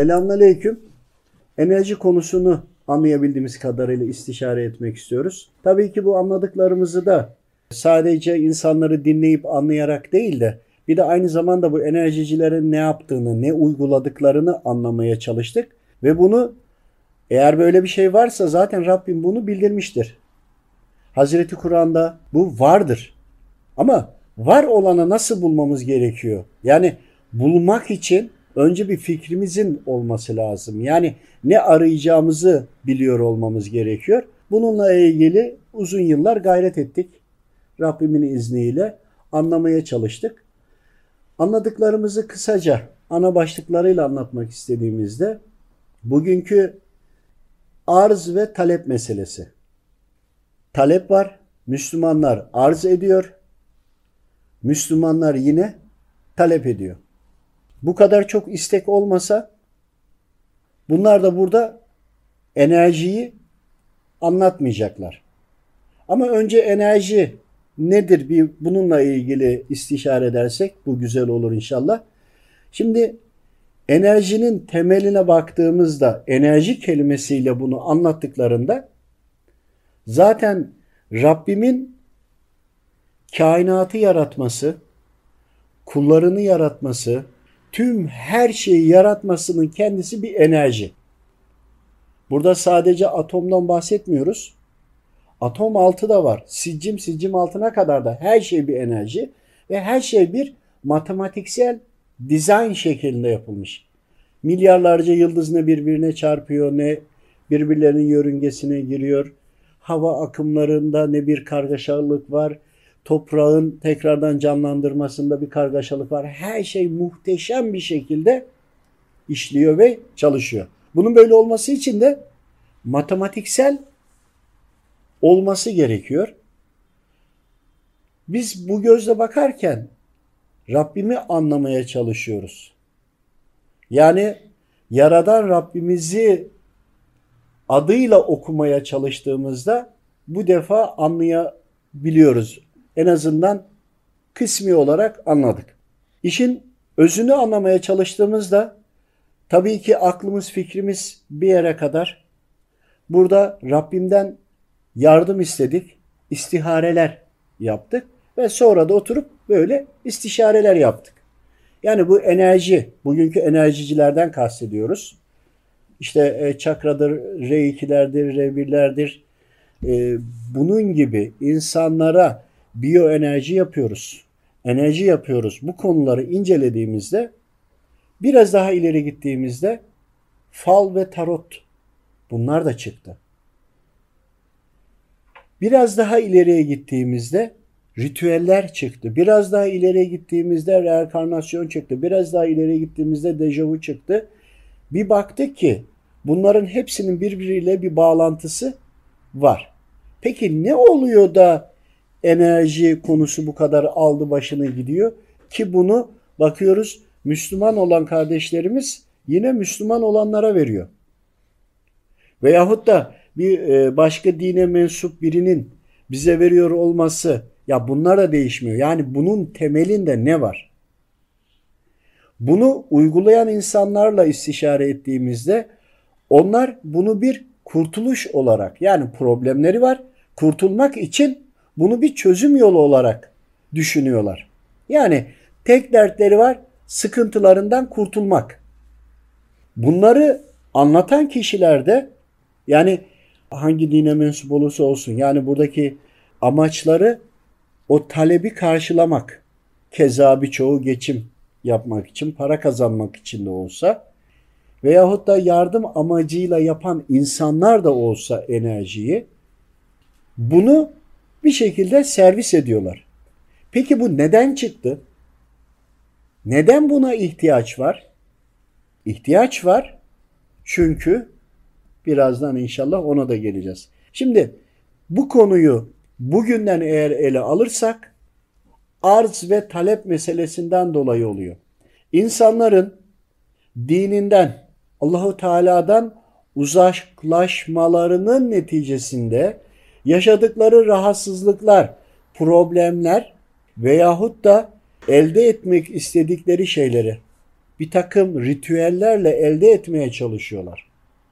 Selamünaleyküm. Enerji konusunu anlayabildiğimiz kadarıyla istişare etmek istiyoruz. Tabii ki bu anladıklarımızı da sadece insanları dinleyip anlayarak değil de bir de aynı zamanda bu enerjicilerin ne yaptığını, ne uyguladıklarını anlamaya çalıştık. Ve bunu eğer böyle bir şey varsa zaten Rabbim bunu bildirmiştir. Hazreti Kur'an'da bu vardır. Ama var olanı nasıl bulmamız gerekiyor? Yani bulmak için önce bir fikrimizin olması lazım. Yani ne arayacağımızı biliyor olmamız gerekiyor. Bununla ilgili uzun yıllar gayret ettik. Rabbimin izniyle anlamaya çalıştık. Anladıklarımızı kısaca ana başlıklarıyla anlatmak istediğimizde bugünkü arz ve talep meselesi. Talep var. Müslümanlar arz ediyor. Müslümanlar yine talep ediyor. Bu kadar çok istek olmasa bunlar da burada enerjiyi anlatmayacaklar. Ama önce enerji nedir bir bununla ilgili istişare edersek bu güzel olur inşallah. Şimdi enerjinin temeline baktığımızda enerji kelimesiyle bunu anlattıklarında zaten Rabbimin kainatı yaratması, kullarını yaratması, tüm her şeyi yaratmasının kendisi bir enerji. Burada sadece atomdan bahsetmiyoruz. Atom altı da var. Siccim altına kadar da her şey bir enerji ve her şey bir matematiksel dizayn şeklinde yapılmış. Milyarlarca yıldız ne birbirine çarpıyor ne birbirlerinin yörüngesine giriyor. Hava akımlarında ne bir kargaşalık var. Toprağın tekrardan canlandırmasında bir kargaşalık var. Her şey muhteşem bir şekilde işliyor ve çalışıyor. Bunun böyle olması için de matematiksel olması gerekiyor. Biz bu gözle bakarken Rabbimi anlamaya çalışıyoruz. Yani Yaradan Rabbimizi adıyla okumaya çalıştığımızda bu defa anlayabiliyoruz. En azından kısmi olarak anladık. İşin özünü anlamaya çalıştığımızda tabii ki aklımız, fikrimiz bir yere kadar. Burada Rabbimden yardım istedik, istihareler yaptık ve sonra da oturup böyle istişareler yaptık. Yani bu enerji, bugünkü enerjicilerden kastediyoruz. İşte çakradır, R2'lerdir, R1'lerdir. Bunun gibi insanlara biyoenerji yapıyoruz. Enerji yapıyoruz. Bu konuları incelediğimizde biraz daha ileri gittiğimizde fal ve tarot bunlar da çıktı. Biraz daha ileriye gittiğimizde ritüeller çıktı. Biraz daha ileriye gittiğimizde reenkarnasyon çıktı. Biraz daha ileriye gittiğimizde dejavu çıktı. Bir baktık ki bunların hepsinin birbiriyle bir bağlantısı var. Peki ne oluyor da enerji konusu bu kadar aldı başını gidiyor? Ki bunu bakıyoruz Müslüman olan kardeşlerimiz yine Müslüman olanlara veriyor. Veyahut da bir başka dine mensup birinin bize veriyor olması ya bunlar da değişmiyor. Yani bunun temelinde ne var? Bunu uygulayan insanlarla istişare ettiğimizde onlar bunu bir kurtuluş olarak yani problemleri var. Kurtulmak için bunu bir çözüm yolu olarak düşünüyorlar. Yani tek dertleri var sıkıntılarından kurtulmak. Bunları anlatan kişiler de yani hangi dine mensup olursa olsun yani buradaki amaçları o talebi karşılamak. Keza birçoğu geçim yapmak için, para kazanmak için de olsa veyahut da yardım amacıyla yapan insanlar da olsa enerjiyi bunu bir şekilde servis ediyorlar. Peki bu neden çıktı? Neden buna ihtiyaç var? İhtiyaç var çünkü birazdan inşallah ona da geleceğiz. Şimdi bu konuyu bugünden eğer ele alırsak arz ve talep meselesinden dolayı oluyor. İnsanların dininden, Allahu Teala'dan uzaklaşmalarının neticesinde yaşadıkları rahatsızlıklar, problemler veyahut da elde etmek istedikleri şeyleri bir takım ritüellerle elde etmeye çalışıyorlar.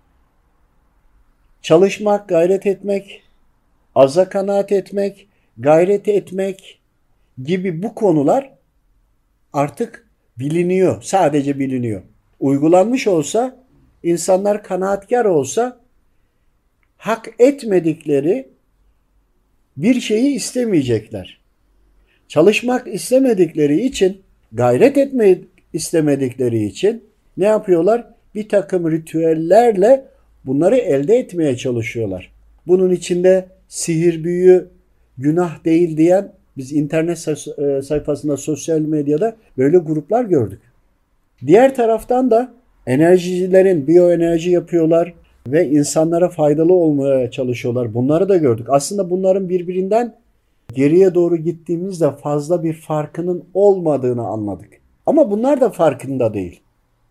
Çalışmak, gayret etmek, aza kanaat etmek, gayret etmek gibi bu konular artık biliniyor. Sadece biliniyor. Uygulanmış olsa, insanlar kanaatkar olsa hak etmedikleri bir şeyi istemeyecekler. Çalışmak istemedikleri için, gayret etmeyi istemedikleri için ne yapıyorlar? Bir takım ritüellerle bunları elde etmeye çalışıyorlar. Bunun içinde sihir, büyü, günah değil diyen biz internet sayfasında, sosyal medyada böyle gruplar gördük. Diğer taraftan da enerjicilerin biyoenerji yapıyorlar ve insanlara faydalı olmaya çalışıyorlar. Bunları da gördük. Aslında bunların birbirinden geriye doğru gittiğimizde fazla bir farkının olmadığını anladık. Ama bunlar da farkında değil.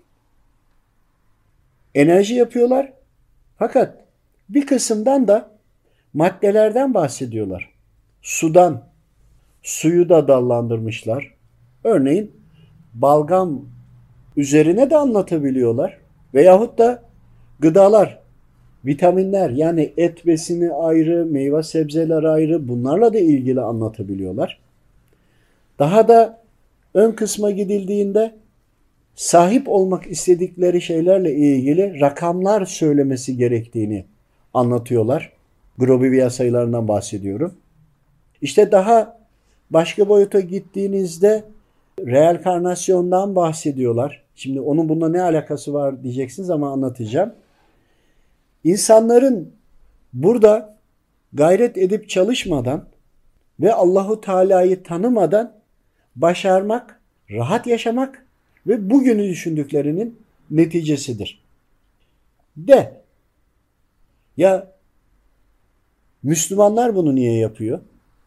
Enerji yapıyorlar. Fakat bir kısımdan da maddelerden bahsediyorlar. Sudan, suyu da dallandırmışlar. Örneğin balgam üzerine de anlatabiliyorlar. Veyahut da gıdalar, vitaminler, yani et besini ayrı, meyve sebzeler ayrı, bunlarla da ilgili anlatabiliyorlar. Daha da ön kısma gidildiğinde sahip olmak istedikleri şeylerle ilgili rakamlar söylemesi gerektiğini anlatıyorlar. Grobivia sayılarından bahsediyorum. İşte daha başka boyuta gittiğinizde reenkarnasyondan bahsediyorlar. Şimdi onun bununla ne alakası var diyeceksiniz ama anlatacağım. İnsanların burada gayret edip çalışmadan ve Allahu Teala'yı tanımadan başarmak, rahat yaşamak ve bugünü düşündüklerinin neticesidir. Ya Müslümanlar bunu niye yapıyor?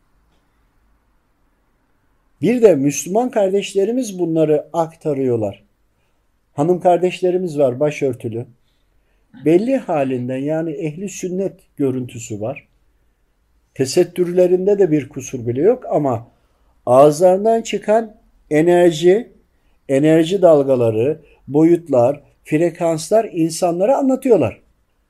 Bir de Müslüman kardeşlerimiz bunları aktarıyorlar. Hanım kardeşlerimiz var başörtülü. Belli halinden, yani ehli sünnet görüntüsü var. Tesettürlerinde de bir kusur bile yok ama ağızlarından çıkan enerji dalgaları, boyutlar, frekanslar insanlara anlatıyorlar.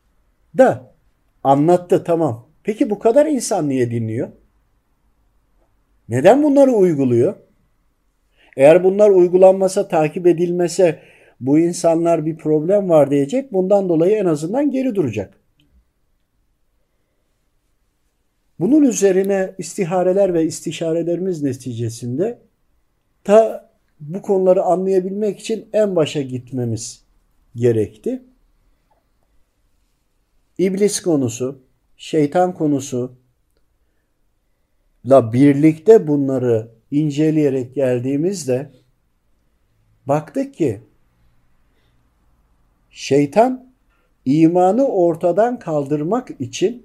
Anlattı, tamam. Peki bu kadar insan niye dinliyor? Neden bunları uyguluyor? Eğer bunlar uygulanmasa, takip edilmese bu insanlar bir problem var diyecek. Bundan dolayı en azından geri duracak. Bunun üzerine istihareler ve istişarelerimiz neticesinde bu konuları anlayabilmek için en başa gitmemiz gerekti. İblis konusu, şeytan konusuyla birlikte bunları inceleyerek geldiğimizde baktık ki şeytan imanı ortadan kaldırmak için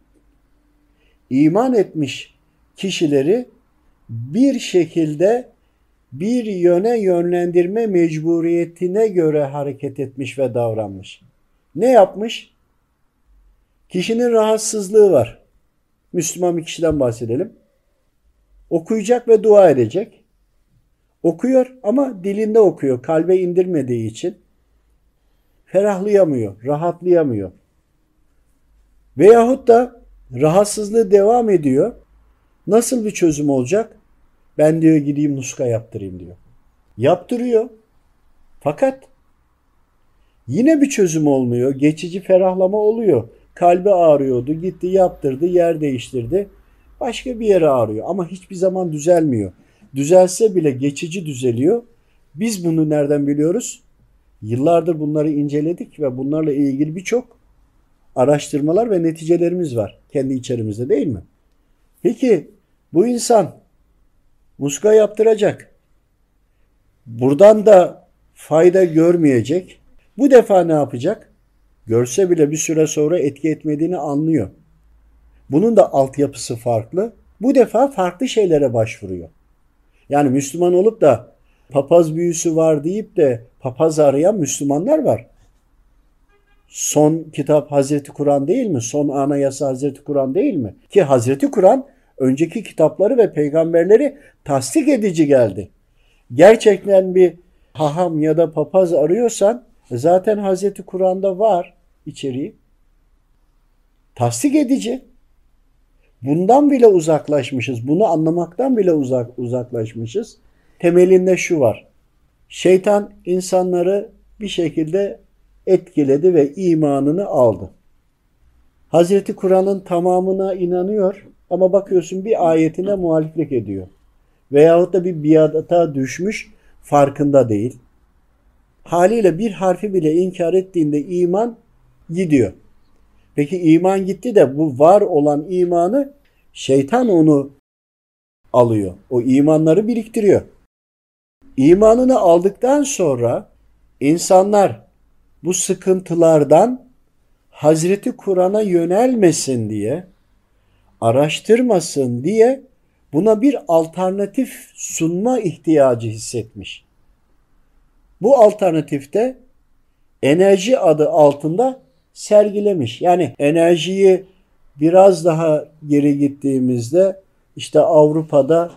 iman etmiş kişileri bir şekilde bir yöne yönlendirme mecburiyetine göre hareket etmiş ve davranmış. Ne yapmış? Kişinin rahatsızlığı var. Müslüman bir kişiden bahsedelim. Okuyacak ve dua edecek. Okuyor ama dilinde okuyor. Kalbe indirmediği için ferahlayamıyor, rahatlayamıyor. Veyahut da rahatsızlığı devam ediyor. Nasıl bir çözüm olacak? Ben diyor gideyim nuska yaptırayım diyor. Yaptırıyor. Fakat yine bir çözüm olmuyor. Geçici ferahlama oluyor. Kalbi ağrıyordu. Gitti yaptırdı, yer değiştirdi. Başka bir yere ağrıyor ama hiçbir zaman düzelmiyor. Düzelse bile geçici düzeliyor. Biz bunu nereden biliyoruz? Yıllardır bunları inceledik ve bunlarla ilgili birçok araştırmalar ve neticelerimiz var kendi içerimizde, değil mi? Peki bu insan muska yaptıracak. Buradan da fayda görmeyecek. Bu defa ne yapacak? Görse bile bir süre sonra etki etmediğini anlıyor. Bunun da altyapısı farklı. Bu defa farklı şeylere başvuruyor. Yani Müslüman olup da papaz büyüsü var deyip de papaz arayan Müslümanlar var. Son kitap Hazreti Kur'an değil mi? Son anayasa Hazreti Kur'an değil mi? Ki Hazreti Kur'an önceki kitapları ve peygamberleri tasdik edici geldi. Gerçekten bir haham ya da papaz arıyorsan zaten Hazreti Kur'an'da var içeriği. Tasdik edici. Bundan bile uzaklaşmışız. Bunu anlamaktan bile uzaklaşmışız. Temelinde şu var. Şeytan insanları bir şekilde etkiledi ve imanını aldı. Hazreti Kur'an'ın tamamına inanıyor ama bakıyorsun bir ayetine muhaliflik ediyor. Veyahut da bir biata düşmüş, farkında değil. Haliyle bir harfi bile inkar ettiğinde iman gidiyor. Peki iman gitti de bu var olan imanı şeytan onu alıyor. O imanları biriktiriyor. İmanını aldıktan sonra insanlar bu sıkıntılardan Hazreti Kur'an'a yönelmesin diye, araştırmasın diye buna bir alternatif sunma ihtiyacı hissetmiş. Bu alternatifte enerji adı altında sergilemiş. Yani enerjiyi biraz daha geri gittiğimizde işte Avrupa'da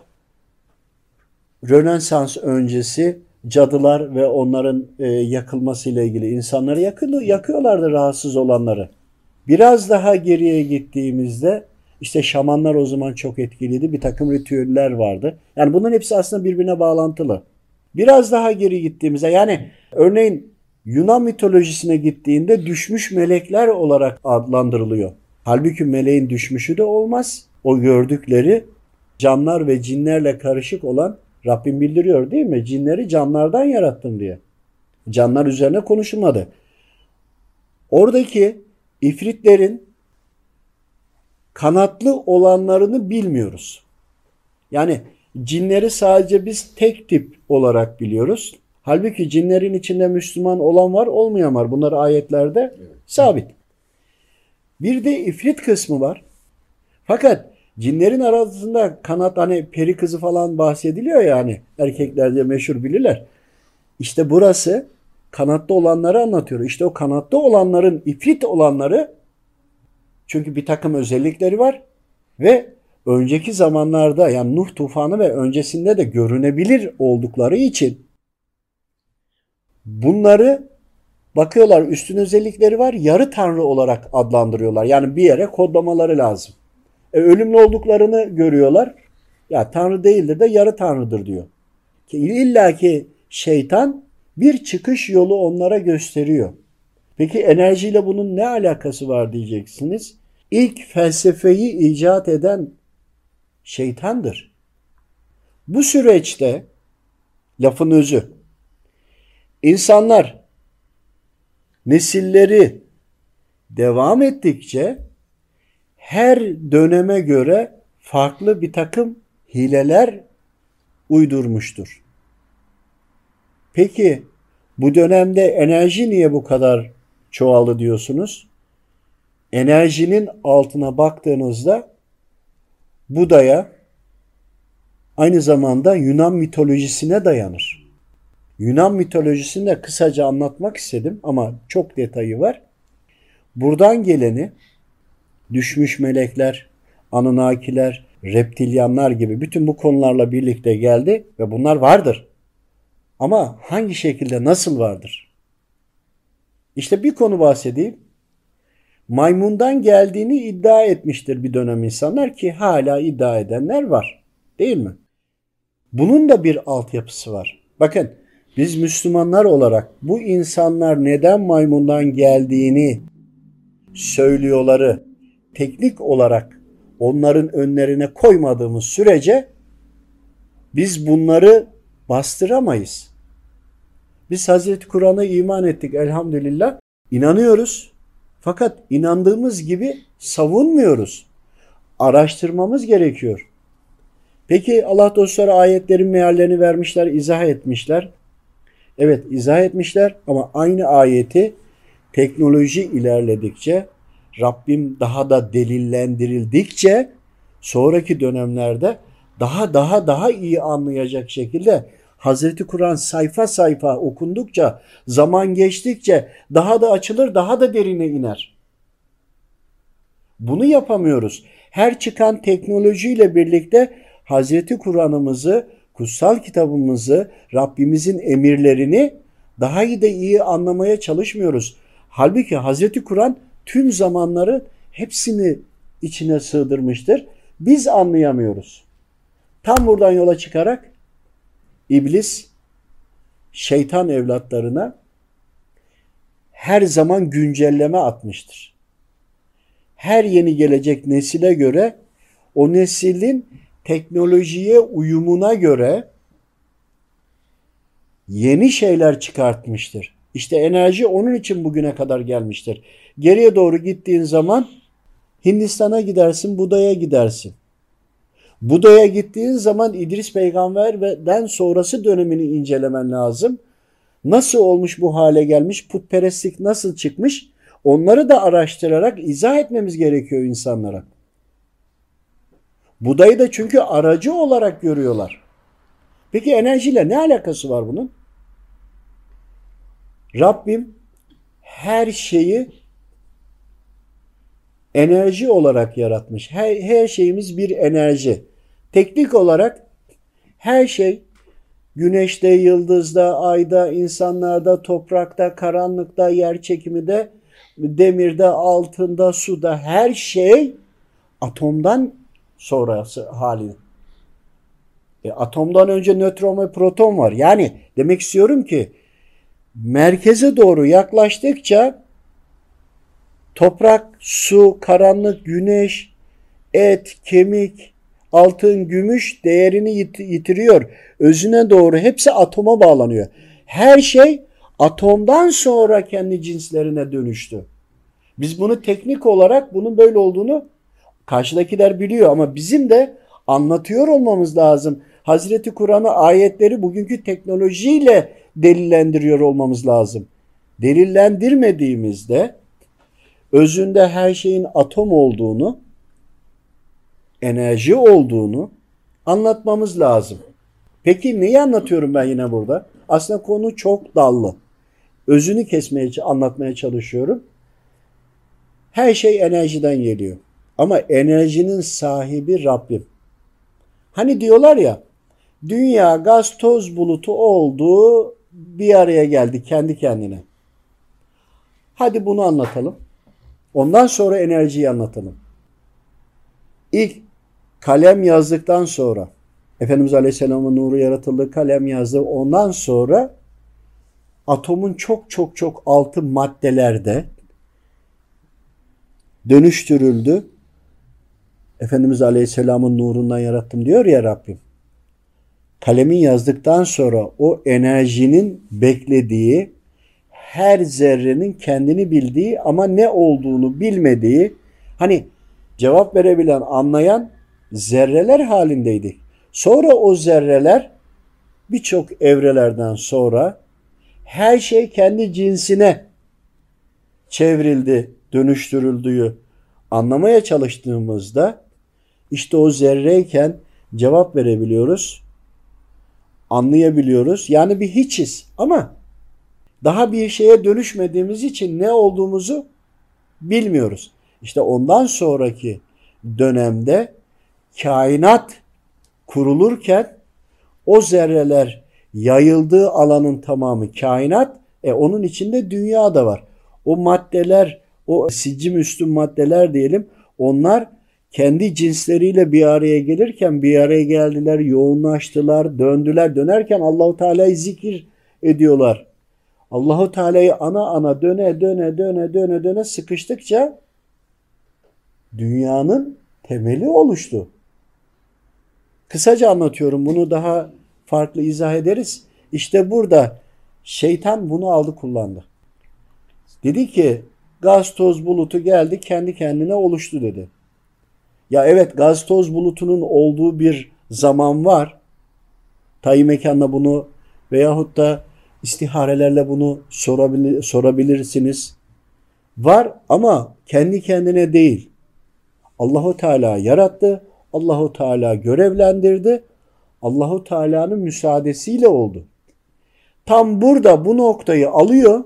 Rönesans öncesi cadılar ve onların yakılmasıyla ilgili insanları yakıyorlardı, rahatsız olanları. Biraz daha geriye gittiğimizde işte şamanlar o zaman çok etkiliydi. Bir takım ritüeller vardı. Yani bunların hepsi aslında birbirine bağlantılı. Biraz daha geri gittiğimizde yani örneğin Yunan mitolojisine gittiğinde düşmüş melekler olarak adlandırılıyor. Halbuki meleğin düşmüşü de olmaz. O gördükleri canlar ve cinlerle karışık olan Rabbim bildiriyor değil mi? Cinleri canlardan yarattım diye. Canlar üzerine konuşulmadı. Oradaki ifritlerin kanatlı olanlarını bilmiyoruz. Yani cinleri sadece biz tek tip olarak biliyoruz. Halbuki cinlerin içinde Müslüman olan var, olmayan var. Bunlar ayetlerde sabit. Bir de ifrit kısmı var. Fakat cinlerin arasında kanat hani peri kızı falan bahsediliyor ya hani erkeklerde meşhur bilirler. İşte burası kanatlı olanları anlatıyor. İşte o kanatlı olanların ifrit olanları çünkü bir takım özellikleri var ve önceki zamanlarda yani Nuh tufanı ve öncesinde de görünebilir oldukları için bunları bakıyorlar üstün özellikleri var yarı tanrı olarak adlandırıyorlar. Yani bir yere kodlamaları lazım. Ölümlü olduklarını görüyorlar. Ya tanrı değildir de yarı tanrıdır diyor. İlla ki şeytan bir çıkış yolu onlara gösteriyor. Peki enerjiyle bunun ne alakası var diyeceksiniz. İlk felsefeyi icat eden şeytandır. Bu süreçte lafın özü insanlar nesilleri devam ettikçe her döneme göre farklı bir takım hileler uydurmuştur. Peki bu dönemde enerji niye bu kadar çoğaldı diyorsunuz? Enerjinin altına baktığınızda Buda'ya aynı zamanda Yunan mitolojisine dayanır. Yunan mitolojisini de kısaca anlatmak istedim ama çok detayı var. Buradan geleni düşmüş melekler, Anunnakiler, reptilyanlar gibi bütün bu konularla birlikte geldi ve bunlar vardır. Ama hangi şekilde, nasıl vardır? İşte bir konu bahsedeyim. Maymundan geldiğini iddia etmiştir bir dönem insanlar ki hala iddia edenler var. Değil mi? Bunun da bir altyapısı var. Bakın biz Müslümanlar olarak bu insanlar neden maymundan geldiğini söylüyorları teknik olarak onların önlerine koymadığımız sürece biz bunları bastıramayız. Biz Hazreti Kur'an'a iman ettik elhamdülillah. İnanıyoruz. Fakat inandığımız gibi savunmuyoruz. Araştırmamız gerekiyor. Peki Allah dostları ayetlerin meallerini vermişler, izah etmişler. Evet izah etmişler ama aynı ayeti teknoloji ilerledikçe, Rabbim daha da delillendirildikçe sonraki dönemlerde daha iyi anlayacak şekilde Hazreti Kur'an sayfa sayfa okundukça, zaman geçtikçe daha da açılır, daha da derine iner. Bunu yapamıyoruz. Her çıkan teknolojiyle birlikte Hazreti Kur'an'ımızı kutsal kitabımızı, Rabbimizin emirlerini daha iyi anlamaya çalışmıyoruz. Halbuki Hazreti Kur'an tüm zamanları hepsini içine sığdırmıştır. Biz anlayamıyoruz. Tam buradan yola çıkarak İblis, şeytan evlatlarına her zaman güncelleme atmıştır. Her yeni gelecek nesile göre o neslin teknolojiye uyumuna göre yeni şeyler çıkartmıştır. İşte enerji onun için bugüne kadar gelmiştir. Geriye doğru gittiğin zaman Hindistan'a gidersin, Buda'ya gidersin. Buda'ya gittiğin zaman İdris peygamberden sonrası dönemini incelemen lazım. Nasıl olmuş bu hale gelmiş, putperestlik nasıl çıkmış, onları da araştırarak izah etmemiz gerekiyor insanlara. Buda'yı da çünkü aracı olarak görüyorlar. Peki enerjiyle ne alakası var bunun? Rabbim her şeyi enerji olarak yaratmış. Her şeyimiz bir enerji. Teknik olarak her şey güneşte, yıldızda, ayda, insanlarda, toprakta, karanlıkta, yer çekiminde, demirde, altında, suda her şey atomdan sonrası hali. Atomdan önce nötron ve proton var. Yani demek istiyorum ki merkeze doğru yaklaştıkça toprak, su, karanlık, güneş, et, kemik, altın, gümüş değerini yitiriyor. Özüne doğru hepsi atoma bağlanıyor. Her şey atomdan sonra kendi cinslerine dönüştü. Biz bunu teknik olarak bunun böyle olduğunu karşıdakiler biliyor ama bizim de anlatıyor olmamız lazım. Hazreti Kur'an'ı, ayetleri bugünkü teknolojiyle delillendiriyor olmamız lazım. Delillendirmediğimizde özünde her şeyin atom olduğunu, enerji olduğunu anlatmamız lazım. Peki neyi anlatıyorum ben yine burada? Aslında konu çok dallı. Özünü anlatmaya çalışıyorum. Her şey enerjiden geliyor. Ama enerjinin sahibi Rabbim. Hani diyorlar ya, dünya gaz toz bulutu oldu, bir araya geldi kendi kendine. Hadi bunu anlatalım. Ondan sonra enerjiyi anlatalım. İlk kalem yazdıktan sonra, Efendimiz Aleyhisselam'ın nuru yaratıldı, kalem yazdı. Ondan sonra atomun çok altı maddelerde dönüştürüldü. Efendimiz Aleyhisselam'ın nurundan yarattım diyor ya Rabbim. Kalemin yazdıktan sonra o enerjinin beklediği, her zerrenin kendini bildiği ama ne olduğunu bilmediği, hani cevap verebilen, anlayan zerreler halindeydi. Sonra o zerreler birçok evrelerden sonra her şey kendi cinsine çevrildi, dönüştürüldüğü anlamaya çalıştığımızda işte o zerreyken cevap verebiliyoruz, anlayabiliyoruz. Yani bir hiçiz ama daha bir şeye dönüşmediğimiz için ne olduğumuzu bilmiyoruz. İşte ondan sonraki dönemde kainat kurulurken o zerreler yayıldığı alanın tamamı kainat, onun içinde dünya da var. O maddeler, o siccim üstün maddeler diyelim, onlar kendi cinsleriyle bir araya gelirken bir araya geldiler, yoğunlaştılar, döndüler. Dönerken Allahu Teala'yı zikir ediyorlar. Allahu Teala'yı ana döne sıkıştıkça dünyanın temeli oluştu. Kısaca anlatıyorum, bunu daha farklı izah ederiz. İşte burada şeytan bunu aldı, kullandı. Dedi ki gaz toz bulutu geldi, kendi kendine oluştu dedi. Ya evet, gaz toz bulutunun olduğu bir zaman var. Tayi mekanla bunu veyahut da istiharelerle bunu sorabilirsiniz. Var ama kendi kendine değil. Allahu Teala yarattı. Allahu Teala görevlendirdi. Allahu Teala'nın müsaadesiyle oldu. Tam burada bu noktayı alıyor.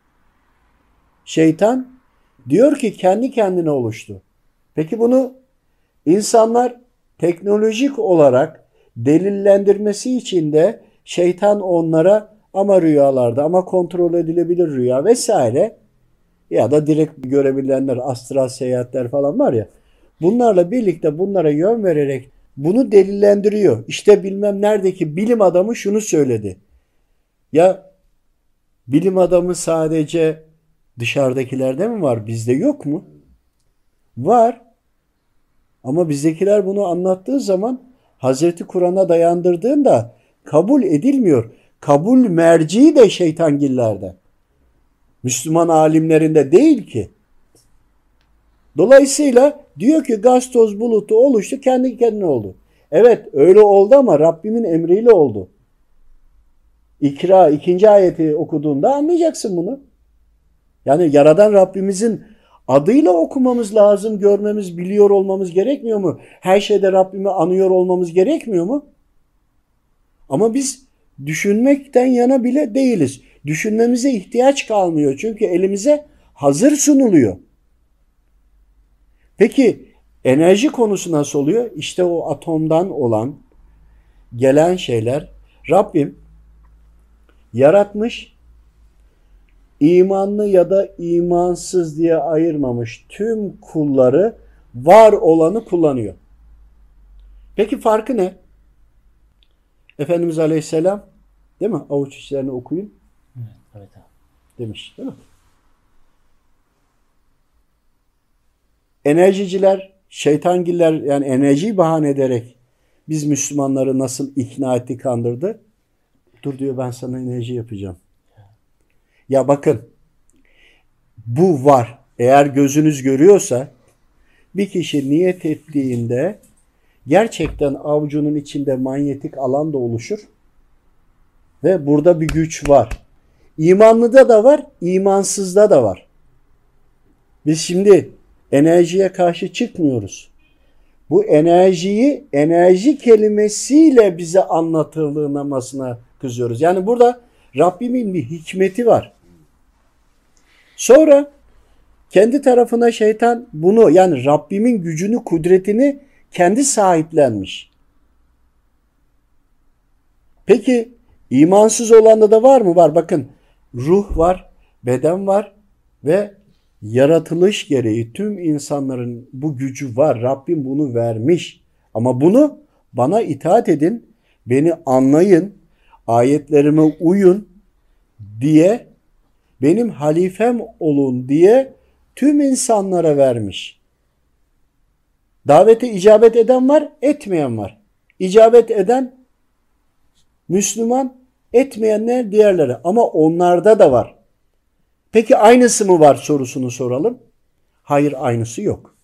Şeytan diyor ki kendi kendine oluştu. Peki bunu insanlar teknolojik olarak delillendirmesi için de şeytan onlara ama rüyalarda ama kontrol edilebilir rüya vesaire ya da direkt görebilenler, astral seyahatler falan var ya, bunlarla birlikte bunlara yön vererek bunu delillendiriyor. İşte bilmem neredeki bilim adamı şunu söyledi. Ya bilim adamı sadece dışarıdakilerde mi var? Bizde yok mu? Var. Ama bizdekiler bunu anlattığı zaman Hazreti Kur'an'a dayandırdığında kabul edilmiyor. Kabul merci de şeytangillerde. Müslüman alimlerinde değil ki. Dolayısıyla diyor ki gaz toz bulutu oluştu, kendi kendine oldu. Evet öyle oldu ama Rabbimin emriyle oldu. İkra 2. ayeti okuduğunda anlayacaksın bunu. Yani Yaradan Rabbimizin adıyla okumamız lazım, görmemiz, biliyor olmamız gerekmiyor mu? Her şeyde Rabbimi anıyor olmamız gerekmiyor mu? Ama biz düşünmekten yana bile değiliz. Düşünmemize ihtiyaç kalmıyor. Çünkü elimize hazır sunuluyor. Peki enerji konusu nasıl oluyor? İşte o atomdan olan gelen şeyler Rabbim yaratmış, imanlı ya da imansız diye ayırmamış tüm kulları var olanı kullanıyor. Peki farkı ne? Efendimiz Aleyhisselam değil mi? Avuç içlerini okuyun. Evet abi. Demiş değil mi? Enerjiciler, şeytangiller yani enerjiyi bahane ederek biz Müslümanları nasıl ikna etti, kandırdı? Dur diyor ben sana enerji yapacağım. Ya bakın bu var. Eğer gözünüz görüyorsa bir kişi niyet ettiğinde gerçekten avucunun içinde manyetik alan da oluşur. Ve burada bir güç var. İmanlıda da var, imansızda da var. Biz şimdi enerjiye karşı çıkmıyoruz. Bu enerjiyi enerji kelimesiyle bize anlatılmasına kızıyoruz. Yani burada Rabbimin bir hikmeti var. Sonra kendi tarafına şeytan bunu yani Rabbimin gücünü, kudretini kendi sahiplenmiş. Peki imansız olanda da var mı? Var. Bakın ruh var, beden var ve yaratılış gereği tüm insanların bu gücü var. Rabbim bunu vermiş. Ama bunu bana itaat edin, beni anlayın, ayetlerime uyun diye, benim halifem olun diye tüm insanlara vermiş. Davete icabet eden var, etmeyen var. İcabet eden Müslüman, etmeyenler diğerleri. Ama onlarda da var. Peki aynısı mı var sorusunu soralım. Hayır, aynısı yok.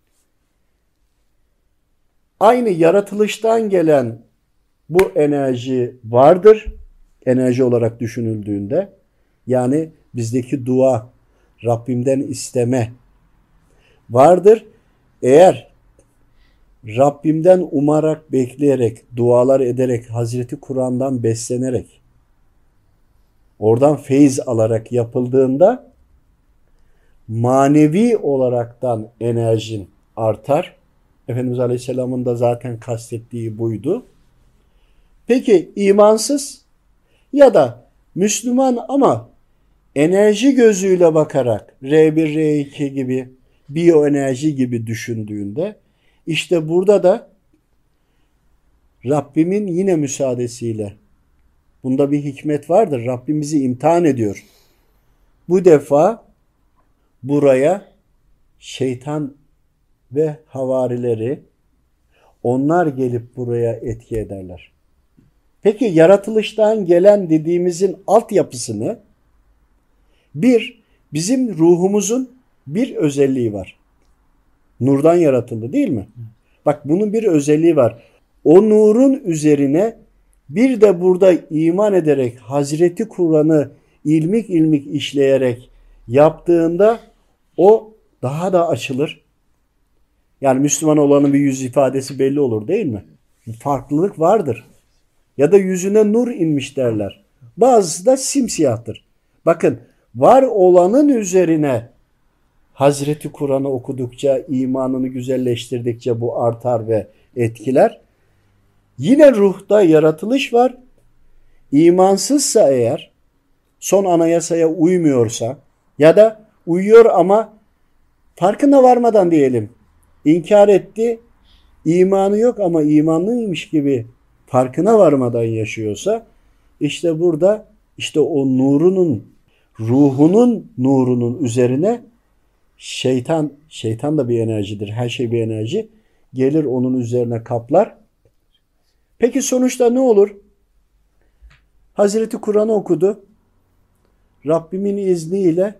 Aynı yaratılıştan gelen bu enerji vardır. Enerji olarak düşünüldüğünde. Yani bizdeki dua, Rabbimden isteme vardır. Eğer Rabbimden umarak, bekleyerek, dualar ederek, Hazreti Kur'an'dan beslenerek, oradan feyiz alarak yapıldığında manevi olaraktan enerjin artar. Efendimiz Aleyhisselam'ın da zaten kastettiği buydu. Peki imansız ya da Müslüman ama enerji gözüyle bakarak R1, R2 gibi biyoenerji gibi düşündüğünde işte burada da Rabbimin yine müsaadesiyle bunda bir hikmet vardır. Rabbim bizi imtihan ediyor. Bu defa buraya şeytan ve havarileri onlar gelip buraya etki ederler. Peki yaratılıştan gelen dediğimizin altyapısını bizim ruhumuzun bir özelliği var. Nurdan yaratıldı değil mi? Bak bunun bir özelliği var. O nurun üzerine bir de burada iman ederek Hazreti Kur'an'ı ilmik ilmik işleyerek yaptığında o daha da açılır. Yani Müslüman olanın bir yüz ifadesi belli olur değil mi? Farklılık vardır. Ya da yüzüne nur inmiş derler. Bazısı da simsiyahtır. Bakın var olanın üzerine Hazreti Kur'an'ı okudukça, imanını güzelleştirdikçe bu artar ve etkiler. Yine ruhta yaratılış var. İmansızsa eğer, son anayasaya uymuyorsa ya da uyuyor ama farkına varmadan diyelim, inkar etti, imanı yok ama imanlıymış gibi farkına varmadan yaşıyorsa, işte burada işte o ruhunun nurunun üzerine şeytan da bir enerjidir. Her şey bir enerji. Gelir onun üzerine kaplar. Peki sonuçta ne olur? Hazreti Kur'an'ı okudu. Rabbimin izniyle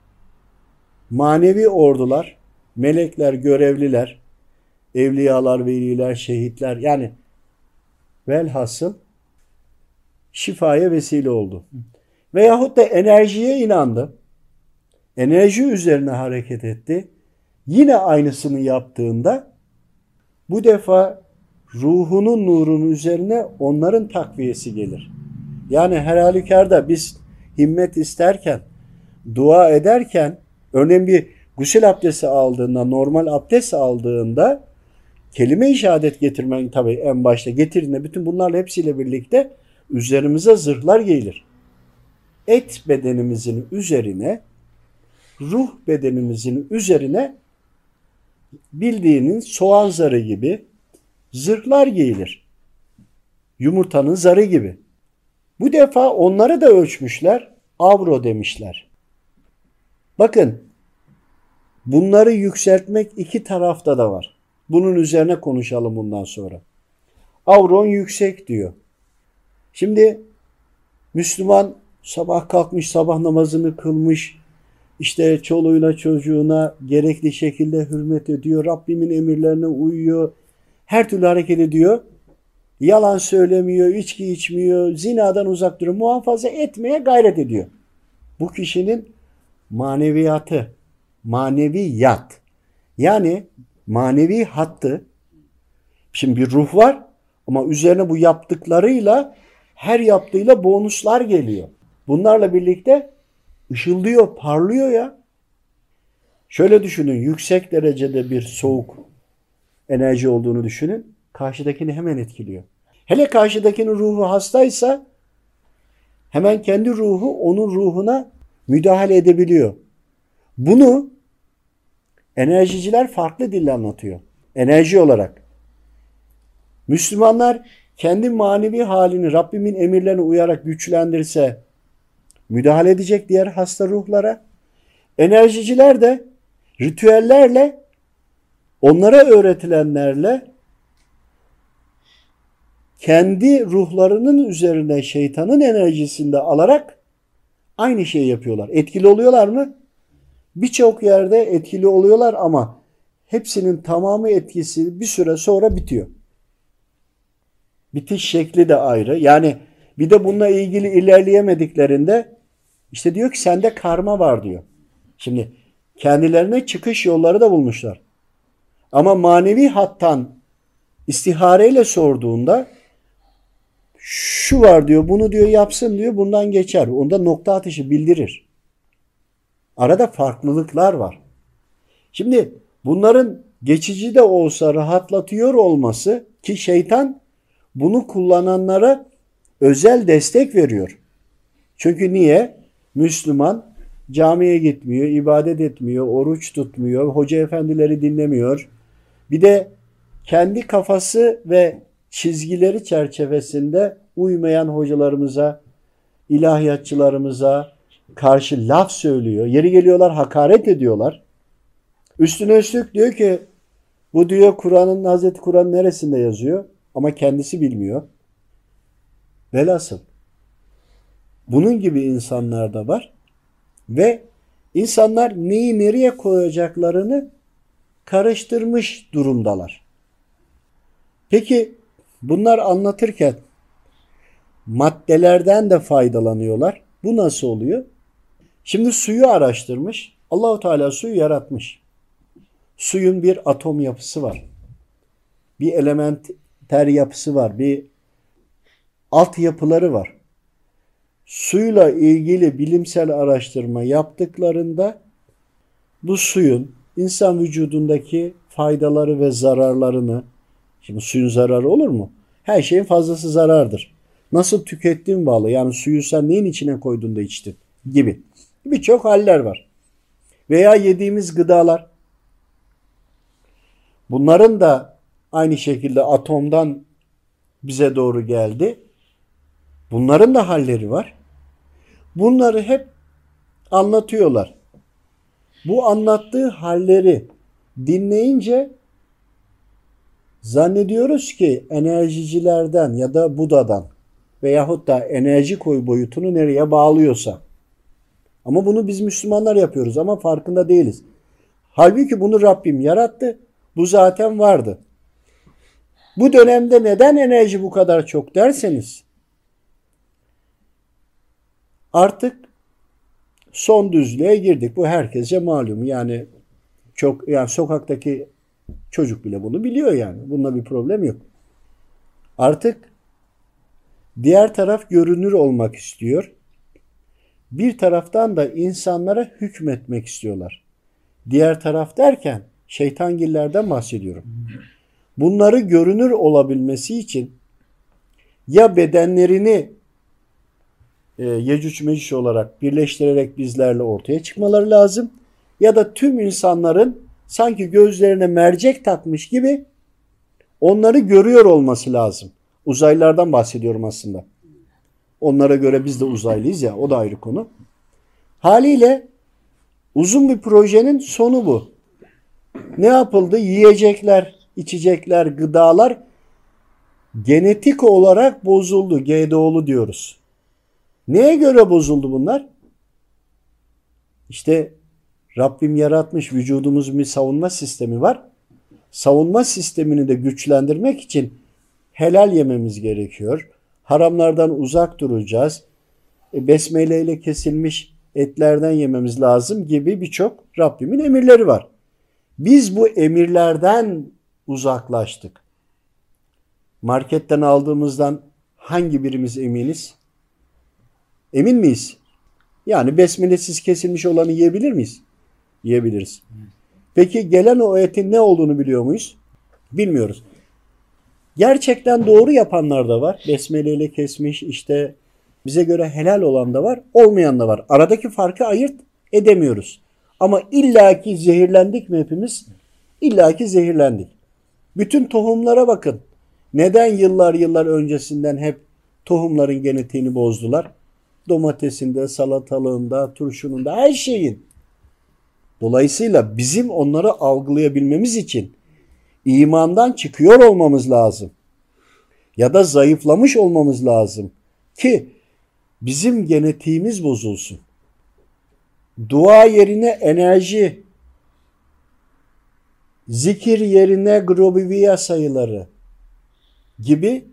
manevi ordular, melekler, görevliler, evliyalar, veliler, şehitler, yani velhasıl şifaya vesile oldu. Veyahut da enerjiye inandı. Enerji üzerine hareket etti. Yine aynısını yaptığında bu defa ruhunun nurunun üzerine onların takviyesi gelir. Yani her halükarda biz himmet isterken, dua ederken, örneğin bir gusül abdesti aldığında, normal abdest aldığında kelime-i şehadet getirmen tabii en başta getirdiğinde bütün bunlarla hepsiyle birlikte üzerimize zırhlar giyilir. Et bedenimizin üzerine, ruh bedenimizin üzerine bildiğiniz soğan zarı gibi zırhlar giyilir. Yumurtanın zarı gibi. Bu defa onları da ölçmüşler, avro demişler. Bakın, bunları yükseltmek iki tarafta da var. Bunun üzerine konuşalım bundan sonra. Avron yüksek diyor. Şimdi Müslüman sabah kalkmış, sabah namazını kılmış, işte çoluğuna çocuğuna gerekli şekilde hürmet ediyor, Rabbimin emirlerine uyuyor, her türlü hareket ediyor. Yalan söylemiyor, içki içmiyor, zinadan uzak duruyor, muhafaza etmeye gayret ediyor. Bu kişinin maneviyatı, maneviyat, yani manevi hattı, şimdi bir ruh var ama üzerine bu yaptıklarıyla, her yaptığıyla bonuslar geliyor. Bunlarla birlikte ışıldıyor, parlıyor ya. Şöyle düşünün, yüksek derecede bir soğuk enerji olduğunu düşünün. Karşıdakini hemen etkiliyor. Hele karşıdakinin ruhu hastaysa hemen kendi ruhu onun ruhuna müdahale edebiliyor. Bunu enerjiciler farklı dille anlatıyor. Enerji olarak. Müslümanlar kendi manevi halini Rabbimin emirlerine uyarak güçlendirse müdahale edecek diğer hasta ruhlara. Enerjiciler de ritüellerle, onlara öğretilenlerle kendi ruhlarının üzerine şeytanın enerjisini de alarak aynı şeyi yapıyorlar. Etkili oluyorlar mı? Birçok yerde etkili oluyorlar ama hepsinin tamamı etkisi bir süre sonra bitiyor. Bitiş şekli de ayrı. Yani bir de bununla ilgili ilerleyemediklerinde işte diyor ki sende karma var diyor. Şimdi kendilerine çıkış yolları da bulmuşlar. Ama manevi hattan istihareyle sorduğunda şu var diyor, bunu diyor yapsın diyor, bundan geçer. Onda nokta atışı bildirir. Arada farklılıklar var. Şimdi bunların geçici de olsa rahatlatıyor olması, ki şeytan bunu kullananlara özel destek veriyor. Çünkü niye? Müslüman camiye gitmiyor, ibadet etmiyor, oruç tutmuyor, hoca efendileri dinlemiyor. Bir de kendi kafası ve çizgileri çerçevesinde uymayan hocalarımıza, ilahiyatçılarımıza karşı laf söylüyor. Yeri geliyorlar hakaret ediyorlar. Üstüne üstlük diyor ki bu diyor Kur'an'ın, Hazreti Kur'an neresinde yazıyor? Ama kendisi bilmiyor. Velhasıl bunun gibi insanlar da var ve insanlar neyi nereye koyacaklarını karıştırmış durumdalar. Peki bunlar anlatırken maddelerden de faydalanıyorlar. Bu nasıl oluyor? Şimdi suyu araştırmış. Allahu Teala suyu yaratmış. Suyun bir atom yapısı var. Bir elementer yapısı var. Bir alt yapıları var. Suyla ilgili bilimsel araştırma yaptıklarında bu suyun insan vücudundaki faydaları ve zararlarını, şimdi suyun zararı olur mu? Her şeyin fazlası zarardır. Nasıl tükettiğin bağlı. Yani suyu sen neyin içine koydun da içtin gibi. Birçok haller var. Veya yediğimiz gıdalar. Bunların da aynı şekilde atomdan bize doğru geldi. Bunların da halleri var. Bunları hep anlatıyorlar. Bu anlattığı halleri dinleyince zannediyoruz ki enerjicilerden ya da Buda'dan veyahut da enerji koyu boyutunu nereye bağlıyorsa. Ama bunu biz Müslümanlar yapıyoruz ama farkında değiliz. Halbuki bunu Rabbim yarattı. Bu zaten vardı. Bu dönemde neden enerji bu kadar çok derseniz artık son düzlüğe girdik. Bu herkese malum. Yani sokaktaki çocuk bile bunu biliyor yani. Bununla bir problem yok. Artık diğer taraf görünür olmak istiyor. Bir taraftan da insanlara hükmetmek istiyorlar. Diğer taraf derken şeytangillerden bahsediyorum. Bunları görünür olabilmesi için ya bedenlerini Yecüc Mecüc olarak birleştirerek bizlerle ortaya çıkmaları lazım ya da tüm insanların sanki gözlerine mercek takmış gibi onları görüyor olması lazım. Uzaylılardan bahsediyorum aslında. Onlara göre biz de uzaylıyız ya, o da ayrı konu. Haliyle uzun bir projenin sonu bu. Ne yapıldı? Yiyecekler, içecekler, gıdalar genetik olarak bozuldu. GDO'lu diyoruz. Neye göre bozuldu bunlar? İşte Rabbim yaratmış, vücudumuzun bir savunma sistemi var. Savunma sistemini de güçlendirmek için helal yememiz gerekiyor. Haramlardan uzak duracağız. Besmele ile kesilmiş etlerden yememiz lazım gibi birçok Rabbimin emirleri var. Biz bu emirlerden uzaklaştık. Marketten aldığımızdan hangi birimiz eminiz? Emin miyiz? Yani besmelesiz kesilmiş olanı yiyebilir miyiz? Yiyebiliriz. Peki gelen o etin ne olduğunu biliyor muyuz? Bilmiyoruz. Gerçekten doğru yapanlar da var. Besmeleyle kesmiş, işte bize göre helal olan da var, olmayan da var. Aradaki farkı ayırt edemiyoruz. Ama illaki zehirlendik mi hepimiz? İllaki zehirlendik. Bütün tohumlara bakın. Neden yıllar öncesinden hep tohumların genetiğini bozdular? Domatesinde, salatalığında, turşununda, her şeyin. Dolayısıyla bizim onları algılayabilmemiz için imandan çıkıyor olmamız lazım. Ya da zayıflamış olmamız lazım ki bizim genetiğimiz bozulsun. Dua yerine enerji, zikir yerine grobiviya sayıları gibi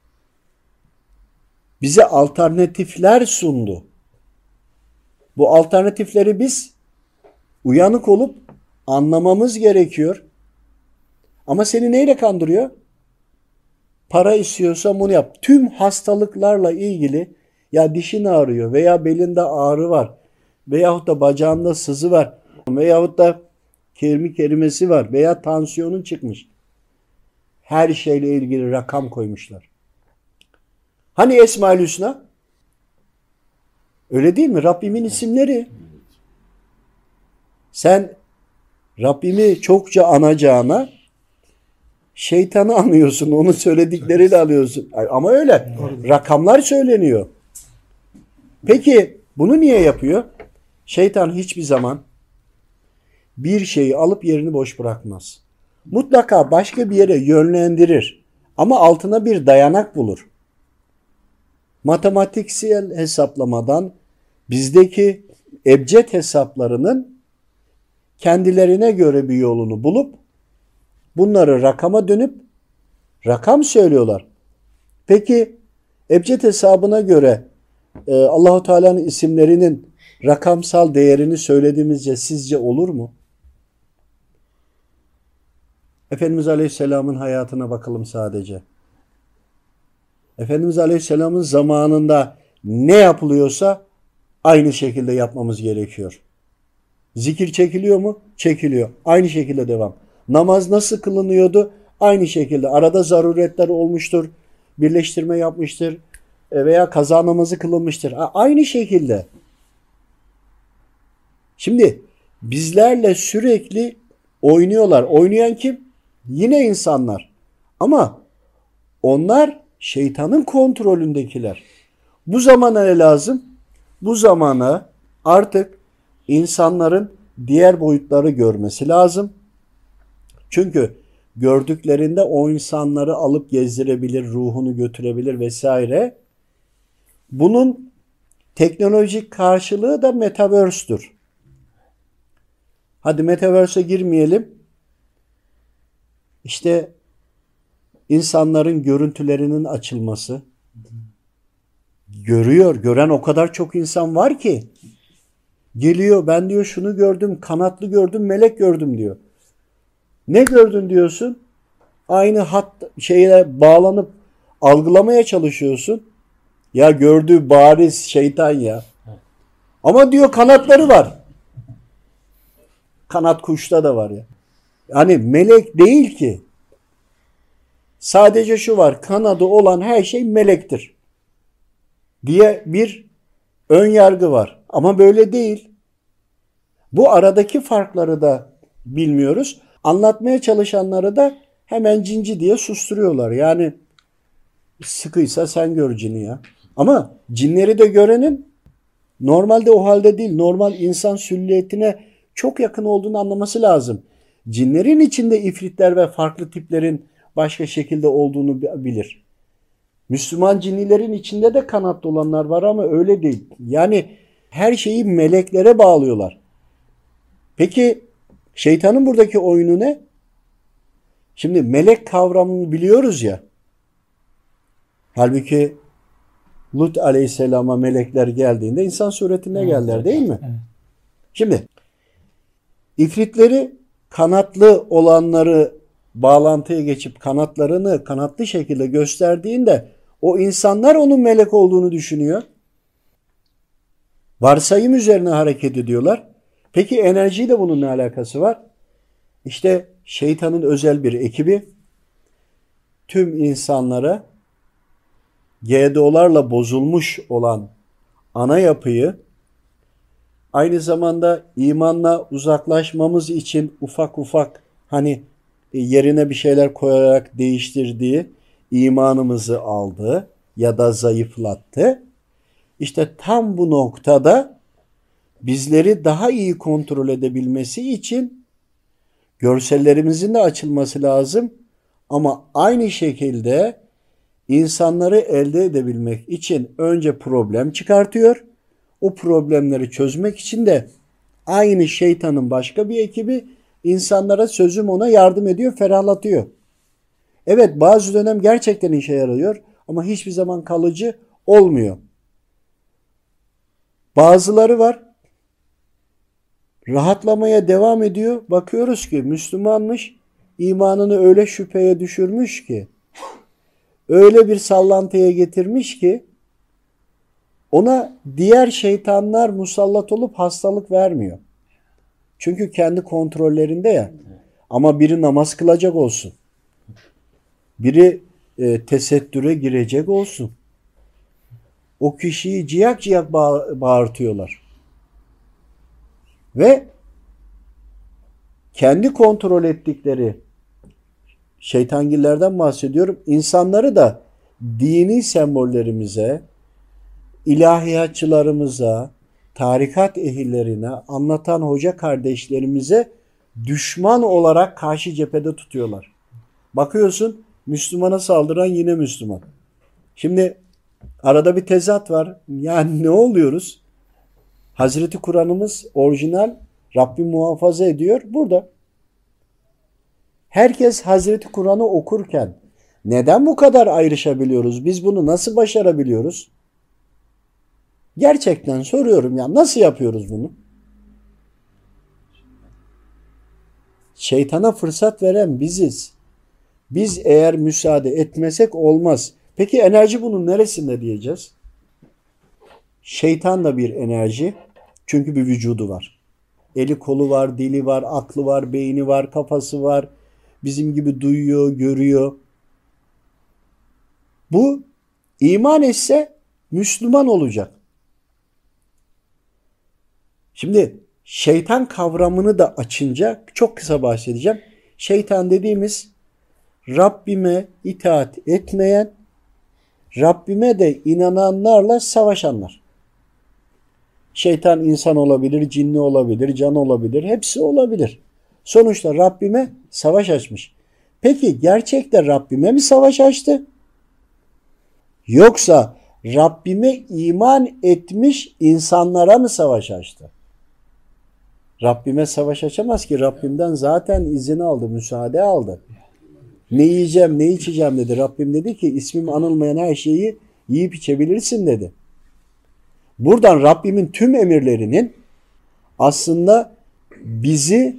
bize alternatifler sundu. Bu alternatifleri biz uyanık olup anlamamız gerekiyor. Ama seni neyle kandırıyor? Para istiyorsan bunu yap. Tüm hastalıklarla ilgili ya dişin ağrıyor veya belinde ağrı var veyahut da bacağında sızı var veyahut da kemik erimesi var veya tansiyonun çıkmış. Her şeyle ilgili rakam koymuşlar. Hani Esma-ül Hüsna? Öyle değil mi? Rabbimin isimleri. Sen Rabbimi çokça anacağına şeytanı anıyorsun. Onun söyledikleriyle alıyorsun. Ama öyle. Rakamlar söyleniyor. Peki bunu niye yapıyor? Şeytan hiçbir zaman bir şeyi alıp yerini boş bırakmaz. Mutlaka başka bir yere yönlendirir. Ama altına bir dayanak bulur. Matematiksel hesaplamadan bizdeki ebced hesaplarının kendilerine göre bir yolunu bulup bunları rakama dönüp rakam söylüyorlar. Peki ebced hesabına göre Allahu Teala'nın isimlerinin rakamsal değerini söylediğimizce sizce olur mu? Efendimiz Aleyhisselam'ın hayatına bakalım sadece. Efendimiz Aleyhisselam'ın zamanında ne yapılıyorsa aynı şekilde yapmamız gerekiyor. Zikir çekiliyor mu? Çekiliyor. Aynı şekilde devam. Namaz nasıl kılınıyordu? Aynı şekilde. Arada zaruretler olmuştur. birleştirme yapmıştır veya kaza namazı kılınmıştır. Aynı şekilde. Şimdi bizlerle sürekli oynuyorlar. Oynayan kim? Yine insanlar. Ama onlar şeytanın kontrolündekiler. Bu zamana ne lazım? Bu zamana artık insanların diğer boyutları görmesi lazım. Çünkü gördüklerinde o insanları alıp gezdirebilir, ruhunu götürebilir vesaire. Bunun teknolojik karşılığı da Metaverse'tür. Hadi Metaverse'e girmeyelim. İşte insanların görüntülerinin açılması. Gören o kadar çok insan var ki. Geliyor, ben diyor şunu gördüm, kanatlı gördüm, melek gördüm diyor. Ne gördün diyorsun? Aynı hat şeye bağlanıp algılamaya çalışıyorsun. Ya gördüğü bariz şeytan ya. Ama diyor kanatları var. Kanat kuşta da var ya. Yani melek değil ki. Sadece şu var, kanadı olan her şey melektir diye bir ön yargı var. Ama böyle değil. Bu aradaki farkları da bilmiyoruz. Anlatmaya çalışanları da hemen cinci diye susturuyorlar. Yani sıkıysa sen gör cini ya. Ama cinleri de görenin normalde o halde değil, normal insan süliyetine çok yakın olduğunu anlaması lazım. Cinlerin içinde ifritler ve farklı tiplerin başka şekilde olduğunu bilir. Müslüman cinnilerin içinde de kanatlı olanlar var ama öyle değil. Yani her şeyi meleklere bağlıyorlar. Peki şeytanın buradaki oyunu ne? Şimdi melek kavramını biliyoruz ya. Halbuki Lut aleyhisselama melekler geldiğinde insan suretine geldiler değil mi? Evet. Şimdi ifritleri kanatlı olanları bağlantıya geçip kanatlarını kanatlı şekilde gösterdiğinde o insanlar onun melek olduğunu düşünüyor. Varsayım üzerine hareket ediyorlar. Peki enerjiyle bunun ne alakası var? İşte şeytanın özel bir ekibi tüm insanlara GDO'larla bozulmuş olan ana yapıyı aynı zamanda imanla uzaklaşmamız için ufak ufak hani yerine bir şeyler koyarak değiştirdiği imanımızı aldı ya da zayıflattı. İşte tam bu noktada bizleri daha iyi kontrol edebilmesi için görsellerimizin de açılması lazım. Ama aynı şekilde insanları elde edebilmek için önce problem çıkartıyor. O problemleri çözmek için de aynı şeytanın başka bir ekibi insanlara sözüm ona yardım ediyor, ferahlatıyor. Evet bazı dönem gerçekten işe yarıyor ama hiçbir zaman kalıcı olmuyor. Bazıları var rahatlamaya devam ediyor. Bakıyoruz ki Müslümanmış, imanını öyle şüpheye düşürmüş ki, öyle bir sallantıya getirmiş ki ona diğer şeytanlar musallat olup hastalık vermiyor. Çünkü kendi kontrollerinde ya. Ama biri namaz kılacak olsun. Biri tesettüre girecek olsun. O kişiyi ciyak ciyak bağırtıyorlar. Ve kendi kontrol ettikleri şeytangillerden bahsediyorum. İnsanları da dini sembollerimize, ilahiyatçılarımıza, tarikat ehillerine, anlatan hoca kardeşlerimize düşman olarak karşı cephede tutuyorlar. Bakıyorsun Müslümana saldıran yine Müslüman. Şimdi arada bir tezat var. Yani ne oluyoruz? Hazreti Kur'an'ımız orijinal, Rabbim muhafaza ediyor burada. Herkes Hazreti Kur'an'ı okurken neden bu kadar ayrışabiliyoruz? Biz bunu nasıl başarabiliyoruz? Gerçekten soruyorum ya nasıl yapıyoruz bunu? Şeytana fırsat veren biziz. Biz eğer müsaade etmesek olmaz. Peki enerji bunun neresinde diyeceğiz? Şeytan da bir enerji. Çünkü bir vücudu var. Eli kolu var, dili var, aklı var, beyni var, kafası var. Bizim gibi duyuyor, görüyor. Bu iman etse Müslüman olacak. Şimdi şeytan kavramını da açınca çok kısa bahsedeceğim. Şeytan dediğimiz Rabbime itaat etmeyen, Rabbime de inananlarla savaşanlar. Şeytan insan olabilir, cinli olabilir, can olabilir, hepsi olabilir. Sonuçta Rabbime savaş açmış. Peki gerçekten Rabbime mi savaş açtı? Yoksa Rabbime iman etmiş insanlara mı savaş açtı? Rabbime savaş açamaz ki. Rabbimden zaten izin aldı, müsaade aldı. Ne yiyeceğim, ne içeceğim dedi. Rabbim dedi ki ismim anılmayan her şeyi yiyip içebilirsin dedi. Buradan Rabbimin tüm emirlerinin aslında bizi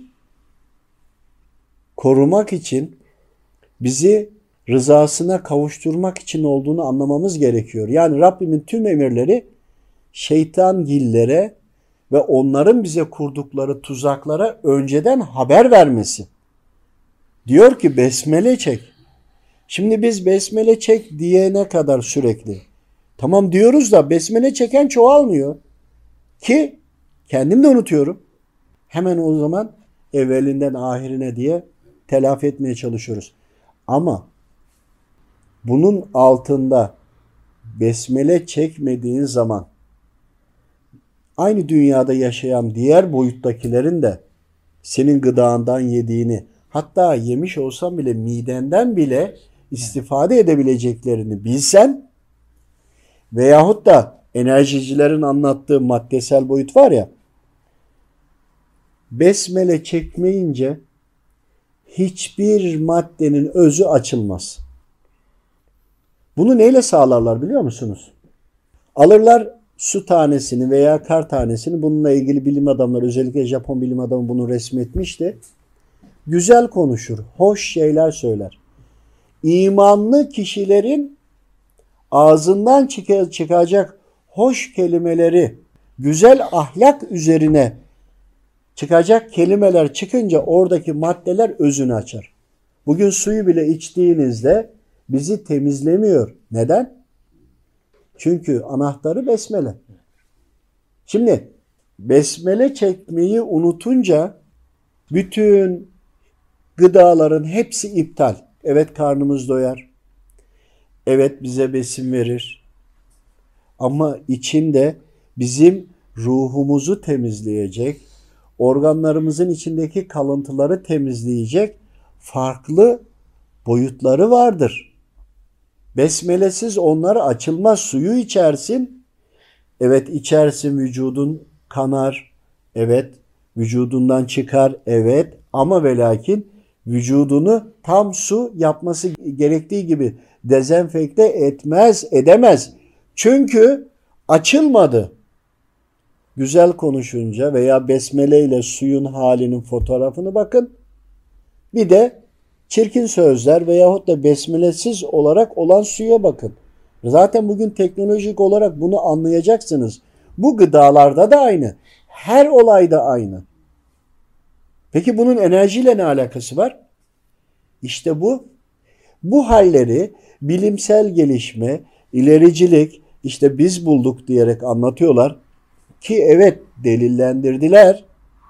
korumak için, bizi rızasına kavuşturmak için olduğunu anlamamız gerekiyor. Yani Rabbimin tüm emirleri şeytangillere ve onların bize kurdukları tuzaklara önceden haber vermesi. Diyor ki besmele çek. Şimdi biz besmele çek diyene kadar sürekli. Tamam diyoruz da besmele çeken çoğalmıyor. Ki kendim de unutuyorum. Hemen o zaman evvelinden ahirine diye telafi etmeye çalışıyoruz. Ama bunun altında besmele çekmediğin zaman aynı dünyada yaşayan diğer boyuttakilerin de senin gıdandan yediğini, hatta yemiş olsan bile midenden bile istifade edebileceklerini bilsen veyahut da enerjicilerin anlattığı maddesel boyut var ya, besmele çekmeyince hiçbir maddenin özü açılmaz. Bunu neyle sağlarlar biliyor musunuz? Alırlar su tanesini veya kar tanesini, bununla ilgili bilim adamları, özellikle Japon bilim adamı bunu resmetmişti. Güzel konuşur, hoş şeyler söyler. İmanlı kişilerin ağzından çıkacak hoş kelimeleri, güzel ahlak üzerine çıkacak kelimeler çıkınca oradaki maddeler özünü açar. Bugün suyu bile içtiğinizde bizi temizlemiyor. Neden? Çünkü anahtarı besmele. Şimdi besmele çekmeyi unutunca bütün gıdaların hepsi iptal. Evet karnımız doyar. Evet bize besin verir. Ama içinde bizim ruhumuzu temizleyecek, organlarımızın içindeki kalıntıları temizleyecek farklı boyutları vardır. Besmelesiz onlar açılmaz. Suyu içersin. Evet içersin, vücudun kanar. Evet vücudundan çıkar. Evet ama ve lakin vücudunu tam su yapması gerektiği gibi dezenfekte edemez. Çünkü açılmadı. Güzel konuşunca veya besmele ile suyun halinin fotoğrafını bakın. Bir de çirkin sözler veyahut da besmelesiz olarak olan suya bakın. Zaten bugün teknolojik olarak bunu anlayacaksınız. Bu gıdalarda da aynı. Her olayda aynı. Peki bunun enerjiyle ne alakası var? İşte bu halleri bilimsel gelişme, ilericilik, işte biz bulduk diyerek anlatıyorlar. Ki evet delillendirdiler.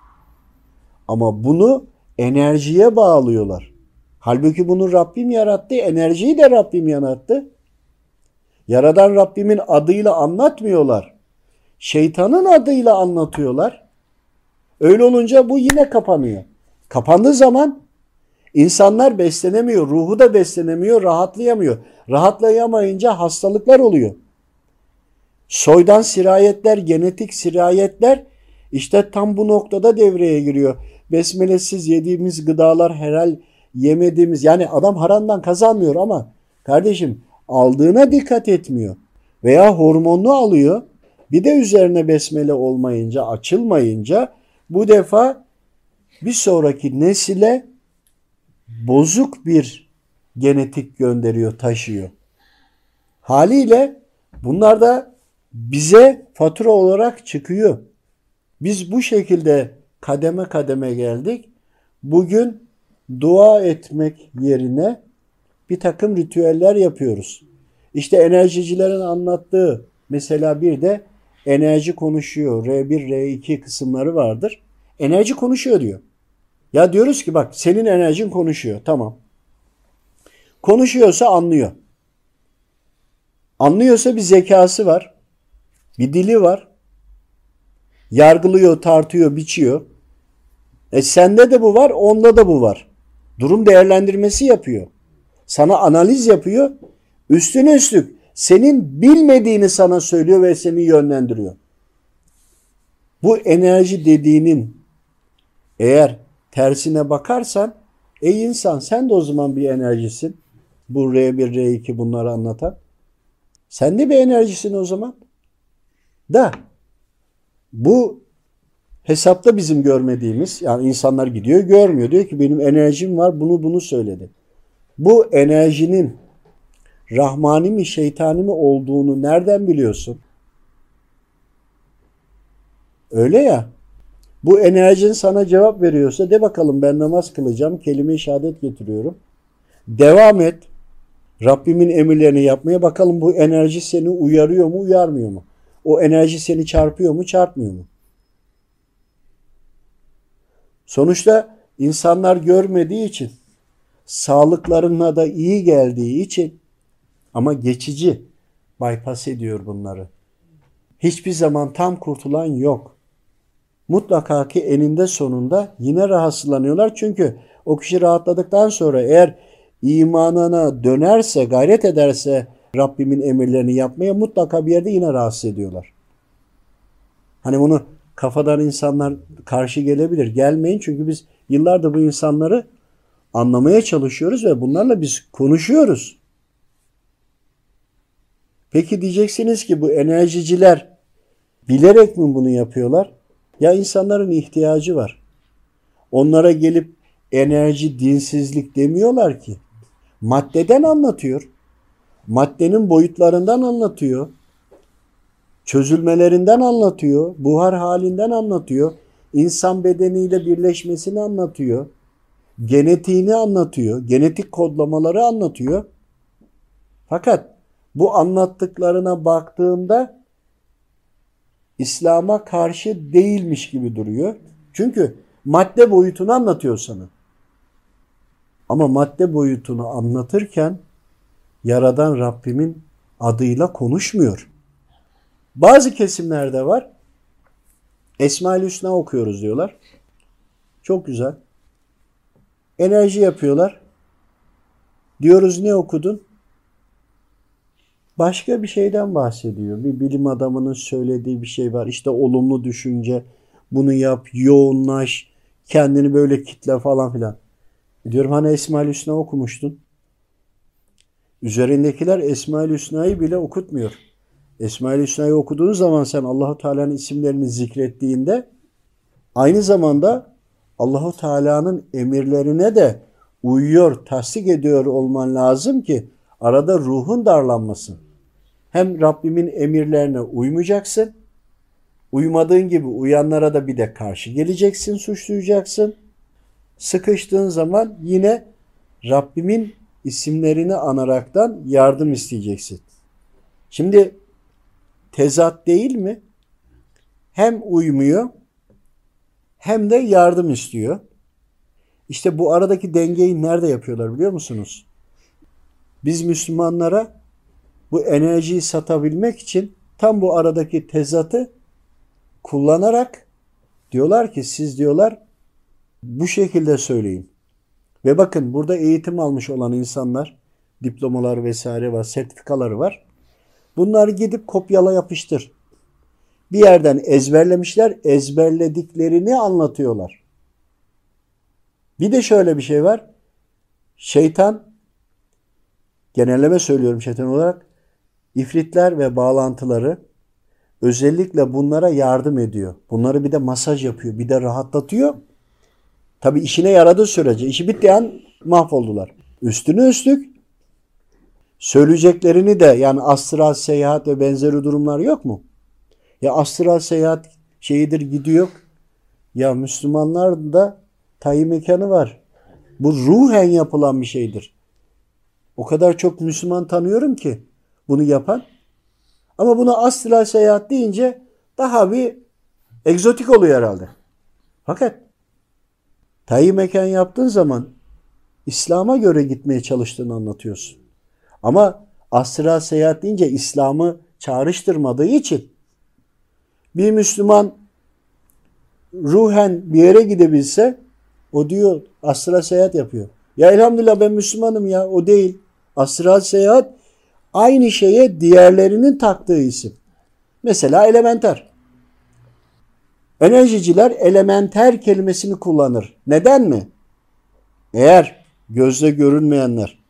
Ama bunu enerjiye bağlıyorlar. Halbuki bunu Rabbim yarattı. Enerjiyi de Rabbim yarattı. Yaradan Rabbimin adıyla anlatmıyorlar. Şeytanın adıyla anlatıyorlar. Öyle olunca bu yine kapanıyor. Kapandığı zaman insanlar beslenemiyor. Ruhu da beslenemiyor, rahatlayamıyor. Rahatlayamayınca hastalıklar oluyor. Soydan sirayetler, genetik sirayetler işte tam bu noktada devreye giriyor. Besmelesiz yediğimiz gıdalar, herhal yemediğimiz, yani adam haramdan kazanmıyor ama kardeşim aldığına dikkat etmiyor. Veya hormonlu alıyor. Bir de üzerine besmele olmayınca, açılmayınca bu defa bir sonraki nesile bozuk bir genetik gönderiyor, taşıyor. Haliyle bunlar da bize fatura olarak çıkıyor. Biz bu şekilde kademe kademe geldik. Bugün dua etmek yerine bir takım ritüeller yapıyoruz. İşte enerjicilerin anlattığı mesela bir de enerji konuşuyor. R1, R2 kısımları vardır. Enerji konuşuyor diyor. Ya diyoruz ki bak senin enerjin konuşuyor. Tamam. Konuşuyorsa anlıyor. Anlıyorsa bir zekası var. Bir dili var. Yargılıyor, tartıyor, biçiyor. Sende de bu var, onda da bu var. Durum değerlendirmesi yapıyor. Sana analiz yapıyor. Üstüne üstlük senin bilmediğini sana söylüyor ve seni yönlendiriyor. Bu enerji dediğinin eğer tersine bakarsan ey insan sen de o zaman bir enerjisin. Bu R1, R2 bunları anlatan. Sen de bir enerjisin o zaman. Da bu hesapta bizim görmediğimiz yani insanlar gidiyor görmüyor. Diyor ki benim enerjim var bunu söyledi. Bu enerjinin rahmani mi şeytani mi olduğunu nereden biliyorsun? Öyle ya. Bu enerjin sana cevap veriyorsa de bakalım ben namaz kılacağım. Kelime-i şehadet getiriyorum. Devam et. Rabbimin emirlerini yapmaya bakalım bu enerji seni uyarıyor mu uyarmıyor mu? O enerji seni çarpıyor mu çarpmıyor mu? Sonuçta insanlar görmediği için sağlıklarına da iyi geldiği için ama geçici bypass ediyor bunları. Hiçbir zaman tam kurtulan yok. Mutlaka ki eninde sonunda yine rahatsızlanıyorlar. Çünkü o kişi rahatladıktan sonra eğer imanına dönerse, gayret ederse Rabbimin emirlerini yapmaya mutlaka bir yerde yine rahatsız ediyorlar. Hani bunu kafadan insanlar karşı gelebilir. Gelmeyin çünkü biz yıllardır bu insanları anlamaya çalışıyoruz ve bunlarla biz konuşuyoruz. Peki diyeceksiniz ki bu enerjiciler bilerek mi bunu yapıyorlar? Ya insanların ihtiyacı var. Onlara gelip enerji, dinsizlik demiyorlar ki. Maddeden anlatıyor. Maddenin boyutlarından anlatıyor. Çözülmelerinden anlatıyor. Buhar halinden anlatıyor. İnsan bedeniyle birleşmesini anlatıyor. Genetiğini anlatıyor. Genetik kodlamaları anlatıyor. Fakat bu anlattıklarına baktığında İslam'a karşı değilmiş gibi duruyor. Çünkü madde boyutunu anlatıyor sana. Ama madde boyutunu anlatırken Yaradan Rabbimin adıyla konuşmuyor. Bazı kesimlerde var. Esma-ül Hüsna okuyoruz diyorlar. Çok güzel. Enerji yapıyorlar. Diyoruz ne okudun? Başka bir şeyden bahsediyor. Bir bilim adamının söylediği bir şey var. İşte olumlu düşünce, bunu yap, yoğunlaş, kendini böyle kitle falan filan. Diyorum hani Esma-ül Hüsna okumuştun. Üzerindekiler Esma-ül Hüsna'yı bile okutmuyor. Esma-ül Hüsna'yı okuduğun zaman sen Allahu Teala'nın isimlerini zikrettiğinde aynı zamanda Allahu Teala'nın emirlerine de uyuyor, tasdik ediyor olman lazım ki arada ruhun darlanmasın. Hem Rabbimin emirlerine uymayacaksın, uymadığın gibi uyanlara da bir de karşı geleceksin, suçlayacaksın. Sıkıştığın zaman yine Rabbimin isimlerini anaraktan yardım isteyeceksin. Şimdi tezat değil mi? Hem uymuyor hem de yardım istiyor. İşte bu aradaki dengeyi nerede yapıyorlar biliyor musunuz? Biz Müslümanlara bu enerjiyi satabilmek için tam bu aradaki tezatı kullanarak diyorlar ki siz diyorlar bu şekilde söyleyin. Ve bakın burada eğitim almış olan insanlar, diplomalar vesaire var, sertifikaları var. Bunları gidip kopyala yapıştır. Bir yerden ezberlemişler, ezberlediklerini anlatıyorlar. Bir de şöyle bir şey var. Şeytan, genelleme söylüyorum şeytan olarak, ifritler ve bağlantıları özellikle bunlara yardım ediyor. Bunları bir de masaj yapıyor, bir de rahatlatıyor. Tabii işine yaradığı sürece, işi bittiği an mahvoldular. Üstüne üstlük söyleyeceklerini de yani astral seyahat ve benzeri durumlar yok mu? Ya astral seyahat şeyidir gidiyor. Ya Müslümanlar da tayin mekanı var. Bu ruhen yapılan bir şeydir. O kadar çok Müslüman tanıyorum ki bunu yapan. Ama buna astral seyahat deyince daha bir egzotik oluyor herhalde. Fakat tayyi mekan yaptığın zaman İslam'a göre gitmeye çalıştığını anlatıyorsun. Ama astral seyahat deyince İslam'ı çağrıştırmadığı için bir Müslüman ruhen bir yere gidebilse o diyor astral seyahat yapıyor. Ya elhamdülillah ben Müslümanım ya, o değil. Astral seyahat aynı şeye diğerlerinin taktığı isim. Mesela elementer. Enerjiciler elementer kelimesini kullanır. Neden mi? Eğer gözle görünmeyenler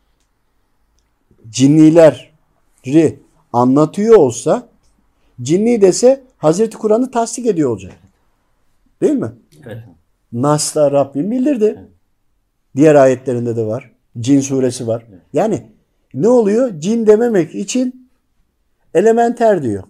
cinnileri anlatıyor olsa, cinni dese Hazreti Kur'an'ı tasdik ediyor olacak. Değil mi? Evet. Nas'ta Rabbim bildirdi. Evet. Diğer ayetlerinde de var. Cin suresi var. Evet. Yani ne oluyor? Cin dememek için elementer diyor.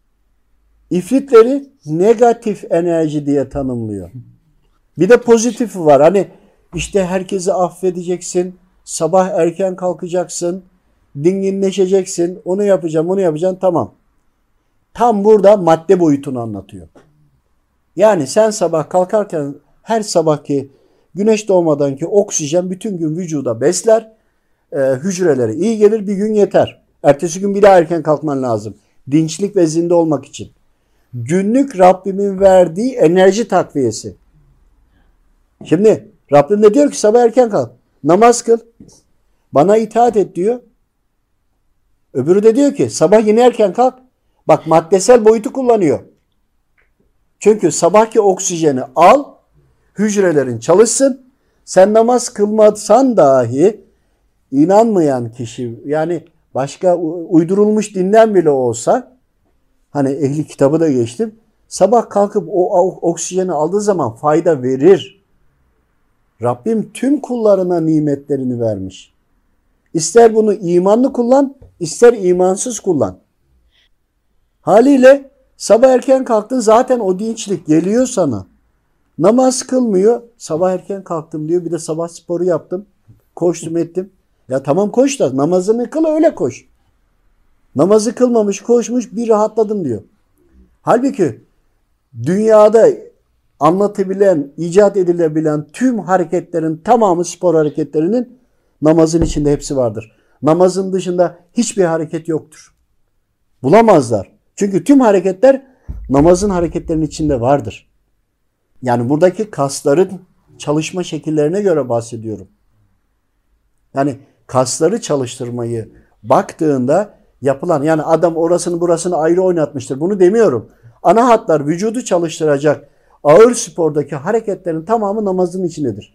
İfritleri negatif enerji diye tanımlıyor. Bir de pozitifi var. Hani işte herkesi affedeceksin, sabah erken kalkacaksın, dinginleşeceksin, onu yapacağım, onu yapacaksın, tamam. Tam burada madde boyutunu anlatıyor. Yani sen sabah kalkarken her sabahki güneş doğmadanki oksijen bütün gün vücuda besler, hücrelere iyi gelir, bir gün yeter. Ertesi gün bir daha erken kalkman lazım. Dinçlik ve zinde olmak için. Günlük Rabbimin verdiği enerji takviyesi. Şimdi Rabbim de diyor ki sabah erken kalk. Namaz kıl. Bana itaat et diyor. Öbürü de diyor ki sabah yine erken kalk. Bak maddesel boyutu kullanıyor. Çünkü sabahki oksijeni al, hücrelerin çalışsın. Sen namaz kılmasan dahi inanmayan kişi, yani başka uydurulmuş dinden bile olsa, hani ehli kitabı da geçtim, sabah kalkıp o oksijeni aldığı zaman fayda verir. Rabbim tüm kullarına nimetlerini vermiş. İster bunu imanlı kullan, ister imansız kullan. Haliyle sabah erken kalktın, zaten o dinçlik geliyor sana. Namaz kılmıyor, sabah erken kalktım diyor, bir de sabah sporu yaptım, koştum ettim. Ya tamam koş da namazını kıl, öyle koş. Namazı kılmamış, koşmuş, bir rahatladım diyor. Halbuki dünyada anlatabilen, icat edilebilen tüm hareketlerin tamamı, spor hareketlerinin namazın içinde hepsi vardır. Namazın dışında hiçbir hareket yoktur. Bulamazlar. Çünkü tüm hareketler namazın hareketlerinin içinde vardır. Yani buradaki kasların çalışma şekillerine göre bahsediyorum. Yani kasları çalıştırmayı baktığında yapılan, yani adam orasını burasını ayrı oynatmıştır. Bunu demiyorum. Ana hatlar vücudu çalıştıracak ağır spordaki hareketlerin tamamı namazın içindedir.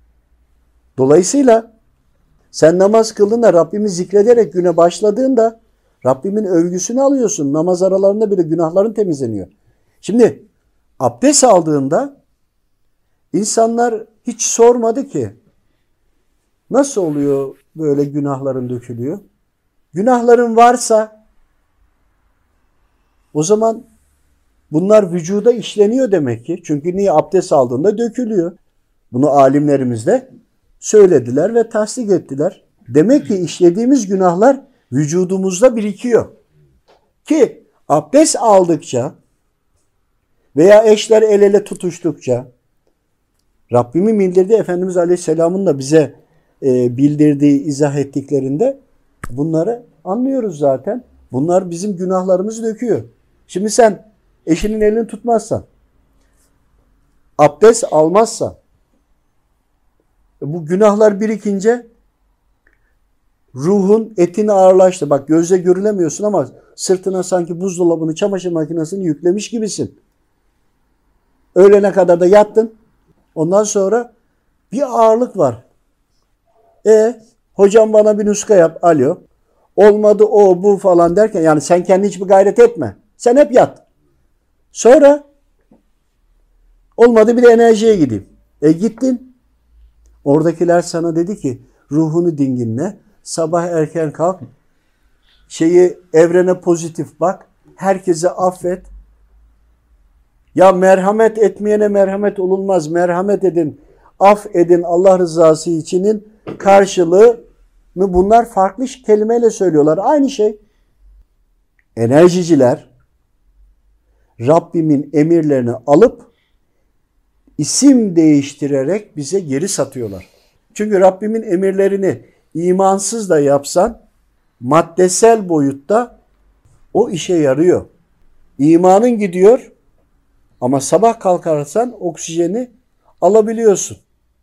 Dolayısıyla sen namaz kıldığında, Rabbimi zikrederek güne başladığında Rabbimin övgüsünü alıyorsun. Namaz aralarında bile günahların temizleniyor. Şimdi abdest aldığında insanlar hiç sormadı ki nasıl oluyor böyle günahların dökülüyor? Günahların varsa o zaman bunlar vücuda işleniyor demek ki. Çünkü niye? Abdest aldığında dökülüyor. Bunu alimlerimiz de söylediler ve tasdik ettiler. Demek ki işlediğimiz günahlar vücudumuzda birikiyor. Ki abdest aldıkça veya eşler el ele tutuştukça, Rabbimin bildirdiği, Efendimiz Aleyhisselam'ın da bize bildirdiği, izah ettiklerinde bunları anlıyoruz zaten. Bunlar bizim günahlarımızı döküyor. Şimdi sen eşinin elini tutmazsan, abdest almazsan, bu günahlar birikince ruhun etini ağırlaştı. Bak gözle görülemiyorsun ama sırtına sanki buzdolabını, çamaşır makinesini yüklemiş gibisin. Öğlene kadar da yattın. Ondan sonra bir ağırlık var. Hocam bana bir nuska yap. Alo. Olmadı o bu falan derken, yani sen kendi hiçbir gayret etme. Sen hep yat. Sonra olmadı bir de enerjiye gideyim. Gittin. Oradakiler sana dedi ki ruhunu dinginle. Sabah erken kalk. Evrene pozitif bak. Herkese affet. Ya merhamet etmeyene merhamet olunmaz. Merhamet edin. Af edin Allah rızası içinin karşılığını bunlar farklı kelimeyle söylüyorlar. Aynı şey. enerjiciler Rabbimin emirlerini alıp isim değiştirerek bize geri satıyorlar. Çünkü Rabbimin emirlerini imansız da yapsan maddesel boyutta o işe yarıyor. İmanın gidiyor ama sabah kalkarsan oksijeni alabiliyorsun.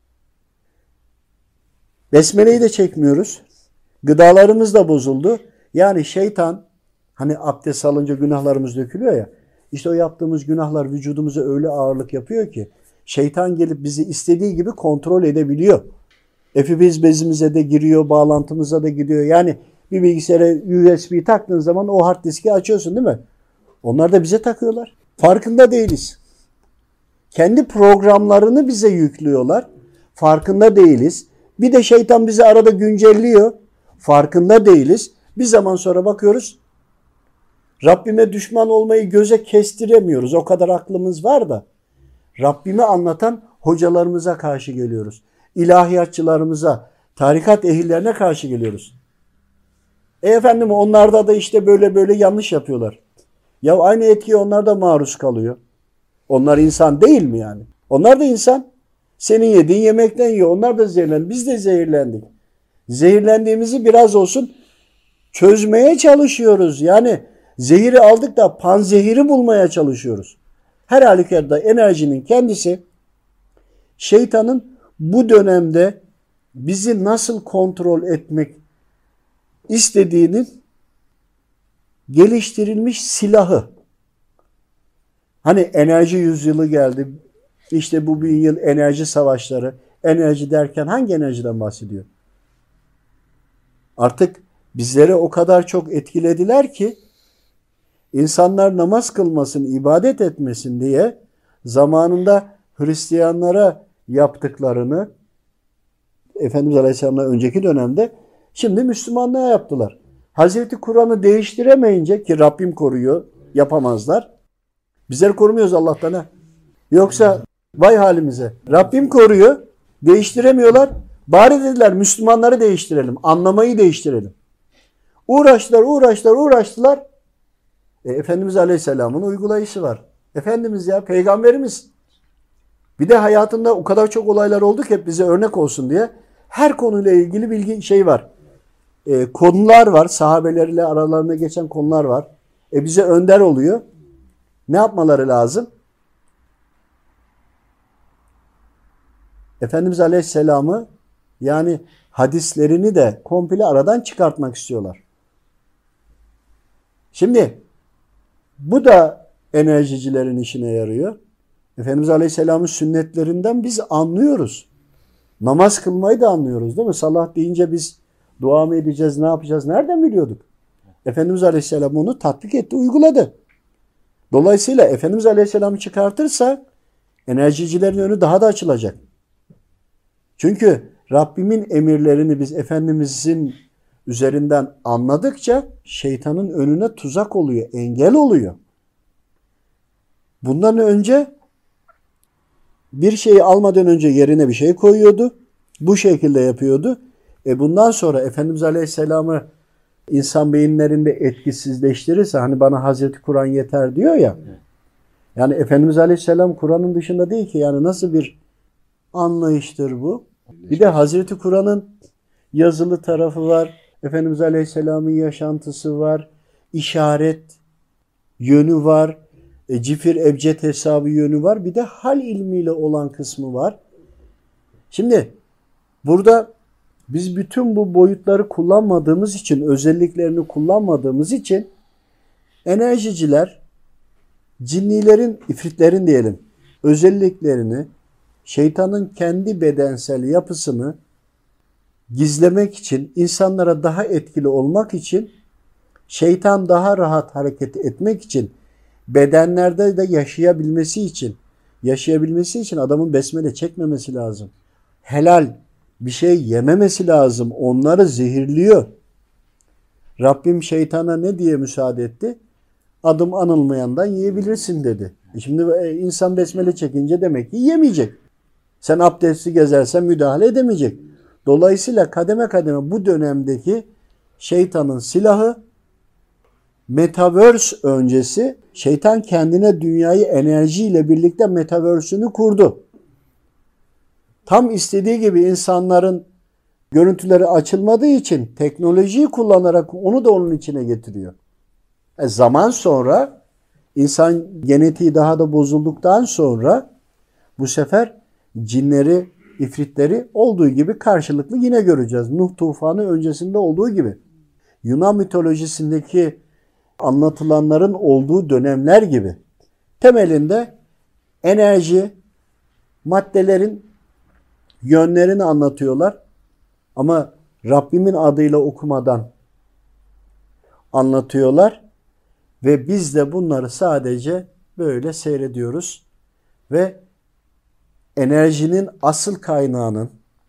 Besmele'yi de çekmiyoruz. Gıdalarımız da bozuldu. Yani şeytan hani abdest alınca günahlarımız dökülüyor ya. İşte o yaptığımız günahlar vücudumuza öyle ağırlık yapıyor ki şeytan gelip bizi istediği gibi kontrol edebiliyor. Efiz bezimize de giriyor, bağlantımıza da gidiyor. Yani bir bilgisayara USB taktığın zaman o hard diski açıyorsun değil mi? Onlar da bize takıyorlar. Farkında değiliz. Kendi programlarını bize yüklüyorlar. Farkında değiliz. Bir de şeytan bizi arada güncelliyor. Farkında değiliz. Bir zaman sonra bakıyoruz. Rabbime düşman olmayı göze kestiremiyoruz. O kadar aklımız var da. Rabbimi anlatan hocalarımıza karşı geliyoruz. İlahiyatçılarımıza, tarikat ehillerine karşı geliyoruz. Efendim onlarda da işte böyle yanlış yapıyorlar. Ya aynı etkiye onlar da maruz kalıyor. Onlar insan değil mi yani? Onlar da insan. Senin yediğin yemekten yiyor. Onlar da zehirlendi. Biz de zehirlendik. Zehirlendiğimizi biraz olsun çözmeye çalışıyoruz. Yani zehiri aldık da panzehiri bulmaya çalışıyoruz. Her halükarda enerjinin kendisi şeytanın bu dönemde bizi nasıl kontrol etmek istediğinin geliştirilmiş silahı. Hani enerji yüzyılı geldi. İşte bu 1000 yıl enerji savaşları. Enerji derken hangi enerjiden bahsediyor? Artık bizleri o kadar çok etkilediler ki insanlar namaz kılmasın, ibadet etmesin diye zamanında Hristiyanlara yaptıklarını Efendimiz Aleyhisselam'dan önceki dönemde şimdi Müslümanlığa yaptılar. Hazreti Kur'an'ı değiştiremeyince ki Rabbim koruyor, yapamazlar. Bizleri korumuyoruz Allah'tan ha. Yoksa vay halimize. Rabbim koruyor, değiştiremiyorlar. Bari dediler Müslümanları değiştirelim, anlamayı değiştirelim. Uğraştılar. Efendimiz Aleyhisselam'ın uygulayışı var. Efendimiz ya, peygamberimiz. Bir de hayatında o kadar çok olaylar oldu ki hep bize örnek olsun diye. Her konuyla ilgili bilgi var. Konular var. Sahabelerle aralarında geçen konular var. Bize önder oluyor. Ne yapmaları lazım? Efendimiz Aleyhisselam'ı yani hadislerini de komple aradan çıkartmak istiyorlar. Şimdi bu da enerjicilerin işine yarıyor. Efendimiz Aleyhisselam'ın sünnetlerinden biz anlıyoruz. Namaz kılmayı da anlıyoruz değil mi? Salah deyince biz dua mı edeceğiz, ne yapacağız? Nereden biliyorduk? Efendimiz Aleyhisselam onu tatbik etti, uyguladı. Dolayısıyla Efendimiz Aleyhisselam'ı çıkartırsa enerjicilerin önü daha da açılacak. Çünkü Rabbimin emirlerini biz Efendimizin üzerinden anladıkça şeytanın önüne tuzak oluyor, engel oluyor. Bundan önce bir şeyi almadan önce yerine bir şey koyuyordu. Bu şekilde yapıyordu. Bundan sonra Efendimiz Aleyhisselam'ı insan beyinlerinde etkisizleştirirse hani bana Hazreti Kur'an yeter diyor ya. Yani Efendimiz Aleyhisselam Kur'an'ın dışında değil ki yani nasıl bir anlayıştır bu? Bir de Hazreti Kur'an'ın yazılı tarafı var. Efendimiz Aleyhisselam'ın yaşantısı var. İşaret yönü var. Cifir ebced hesabı yönü var. Bir de hal ilmiyle olan kısmı var. Şimdi burada biz bütün bu boyutları kullanmadığımız için, özelliklerini kullanmadığımız için enerjiciler cinnilerin, ifritlerin diyelim özelliklerini, şeytanın kendi bedensel yapısını gizlemek için, insanlara daha etkili olmak için, şeytan daha rahat hareket etmek için, bedenlerde de yaşayabilmesi için adamın besmele çekmemesi lazım. Helal bir şey yememesi lazım. Onları zehirliyor. Rabbim şeytana ne diye müsaade etti? Adım anılmayandan yiyebilirsin dedi. Şimdi insan besmele çekince demek ki yemeyecek. Sen abdestli gezersen müdahale edemeyecek. Dolayısıyla kademe kademe bu dönemdeki şeytanın silahı Metaverse öncesi şeytan kendine dünyayı enerjiyle birlikte metaverse'ünü kurdu. Tam istediği gibi insanların görüntüleri açılmadığı için teknolojiyi kullanarak onu da onun içine getiriyor. Zaman sonra insan genetiği daha da bozulduktan sonra bu sefer cinleri, ifritleri olduğu gibi karşılıklı yine göreceğiz. Nuh tufanı öncesinde olduğu gibi. Yunan mitolojisindeki anlatılanların olduğu dönemler gibi. Temelinde enerji, maddelerin yönlerini anlatıyorlar. Ama Rabbimin adıyla okumadan anlatıyorlar. Ve biz de bunları sadece böyle seyrediyoruz. Ve enerjinin asıl kaynağının,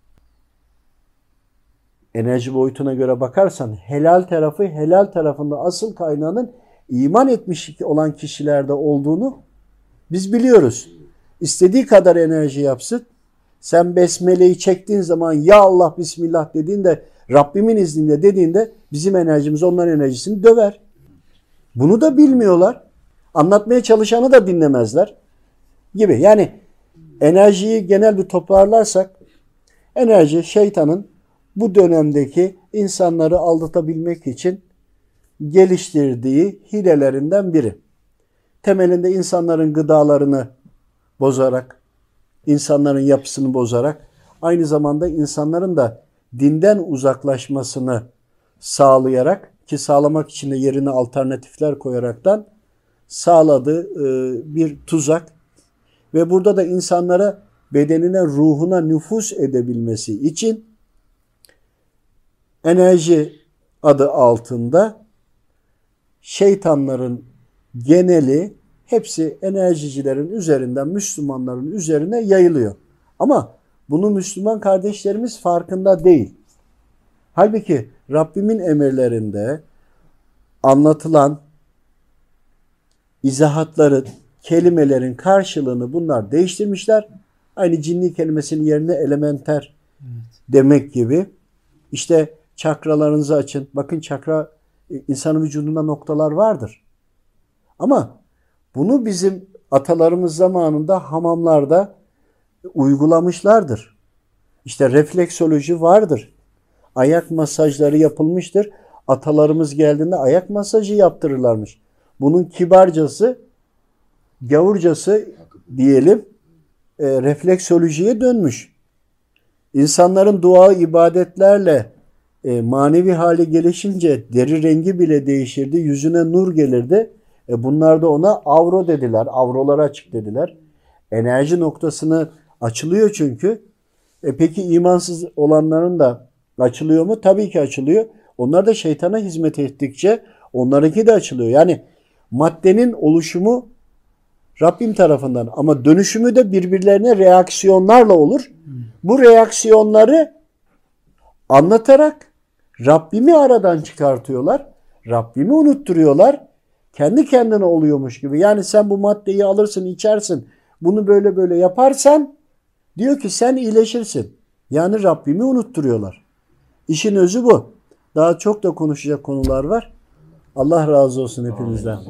enerji boyutuna göre bakarsan helal tarafında asıl kaynağının iman etmiş olan kişilerde olduğunu biz biliyoruz. İstediği kadar enerji yapsın. Sen besmeleyi çektiğin zaman ya Allah Bismillah dediğinde, Rabbimin izniyle dediğinde bizim enerjimiz onların enerjisini döver. Bunu da bilmiyorlar. Anlatmaya çalışanı da dinlemezler gibi. Yani enerjiyi genel bir toparlarsak, enerji şeytanın bu dönemdeki insanları aldatabilmek için geliştirdiği hilelerinden biri. Temelinde insanların gıdalarını bozarak, insanların yapısını bozarak, aynı zamanda insanların da dinden uzaklaşmasını sağlayarak, ki sağlamak için de yerine alternatifler koyaraktan sağladığı bir tuzak. Ve burada da insanlara bedenine, ruhuna nüfuz edebilmesi için enerji adı altında şeytanların geneli hepsi enerjicilerin üzerinden, Müslümanların üzerine yayılıyor. Ama bunu Müslüman kardeşlerimiz farkında değil. Halbuki Rabbimin emirlerinde anlatılan izahatların, kelimelerin karşılığını bunlar değiştirmişler. Aynı cinni kelimesinin yerine elementer demek gibi. İşte çakralarınızı açın. Bakın çakra, insanın vücudunda noktalar vardır. Ama bunu bizim atalarımız zamanında hamamlarda uygulamışlardır. İşte refleksoloji vardır. Ayak masajları yapılmıştır. Atalarımız geldiğinde ayak masajı yaptırırlarmış. Bunun kibarcası, gavurcası diyelim refleksolojiye dönmüş. İnsanların dua ibadetlerle manevi hale gelişince deri rengi bile değişirdi. Yüzüne nur gelirdi. Bunlar da ona avro dediler. Avroları açık dediler. Enerji noktasını açılıyor çünkü. Peki imansız olanların da açılıyor mu? Tabii ki açılıyor. Onlar da şeytana hizmet ettikçe onlarınki de açılıyor. Yani maddenin oluşumu Rabbim tarafından ama dönüşümü de birbirlerine reaksiyonlarla olur. Bu reaksiyonları anlatarak Rabbimi aradan çıkartıyorlar. Rabbimi unutturuyorlar. Kendi kendine oluyormuş gibi. Yani sen bu maddeyi alırsın, içersin. Bunu böyle böyle yaparsan diyor ki sen iyileşirsin. Yani Rabbimi unutturuyorlar. İşin özü bu. Daha çok da konuşacak konular var. Allah razı olsun hepinizden.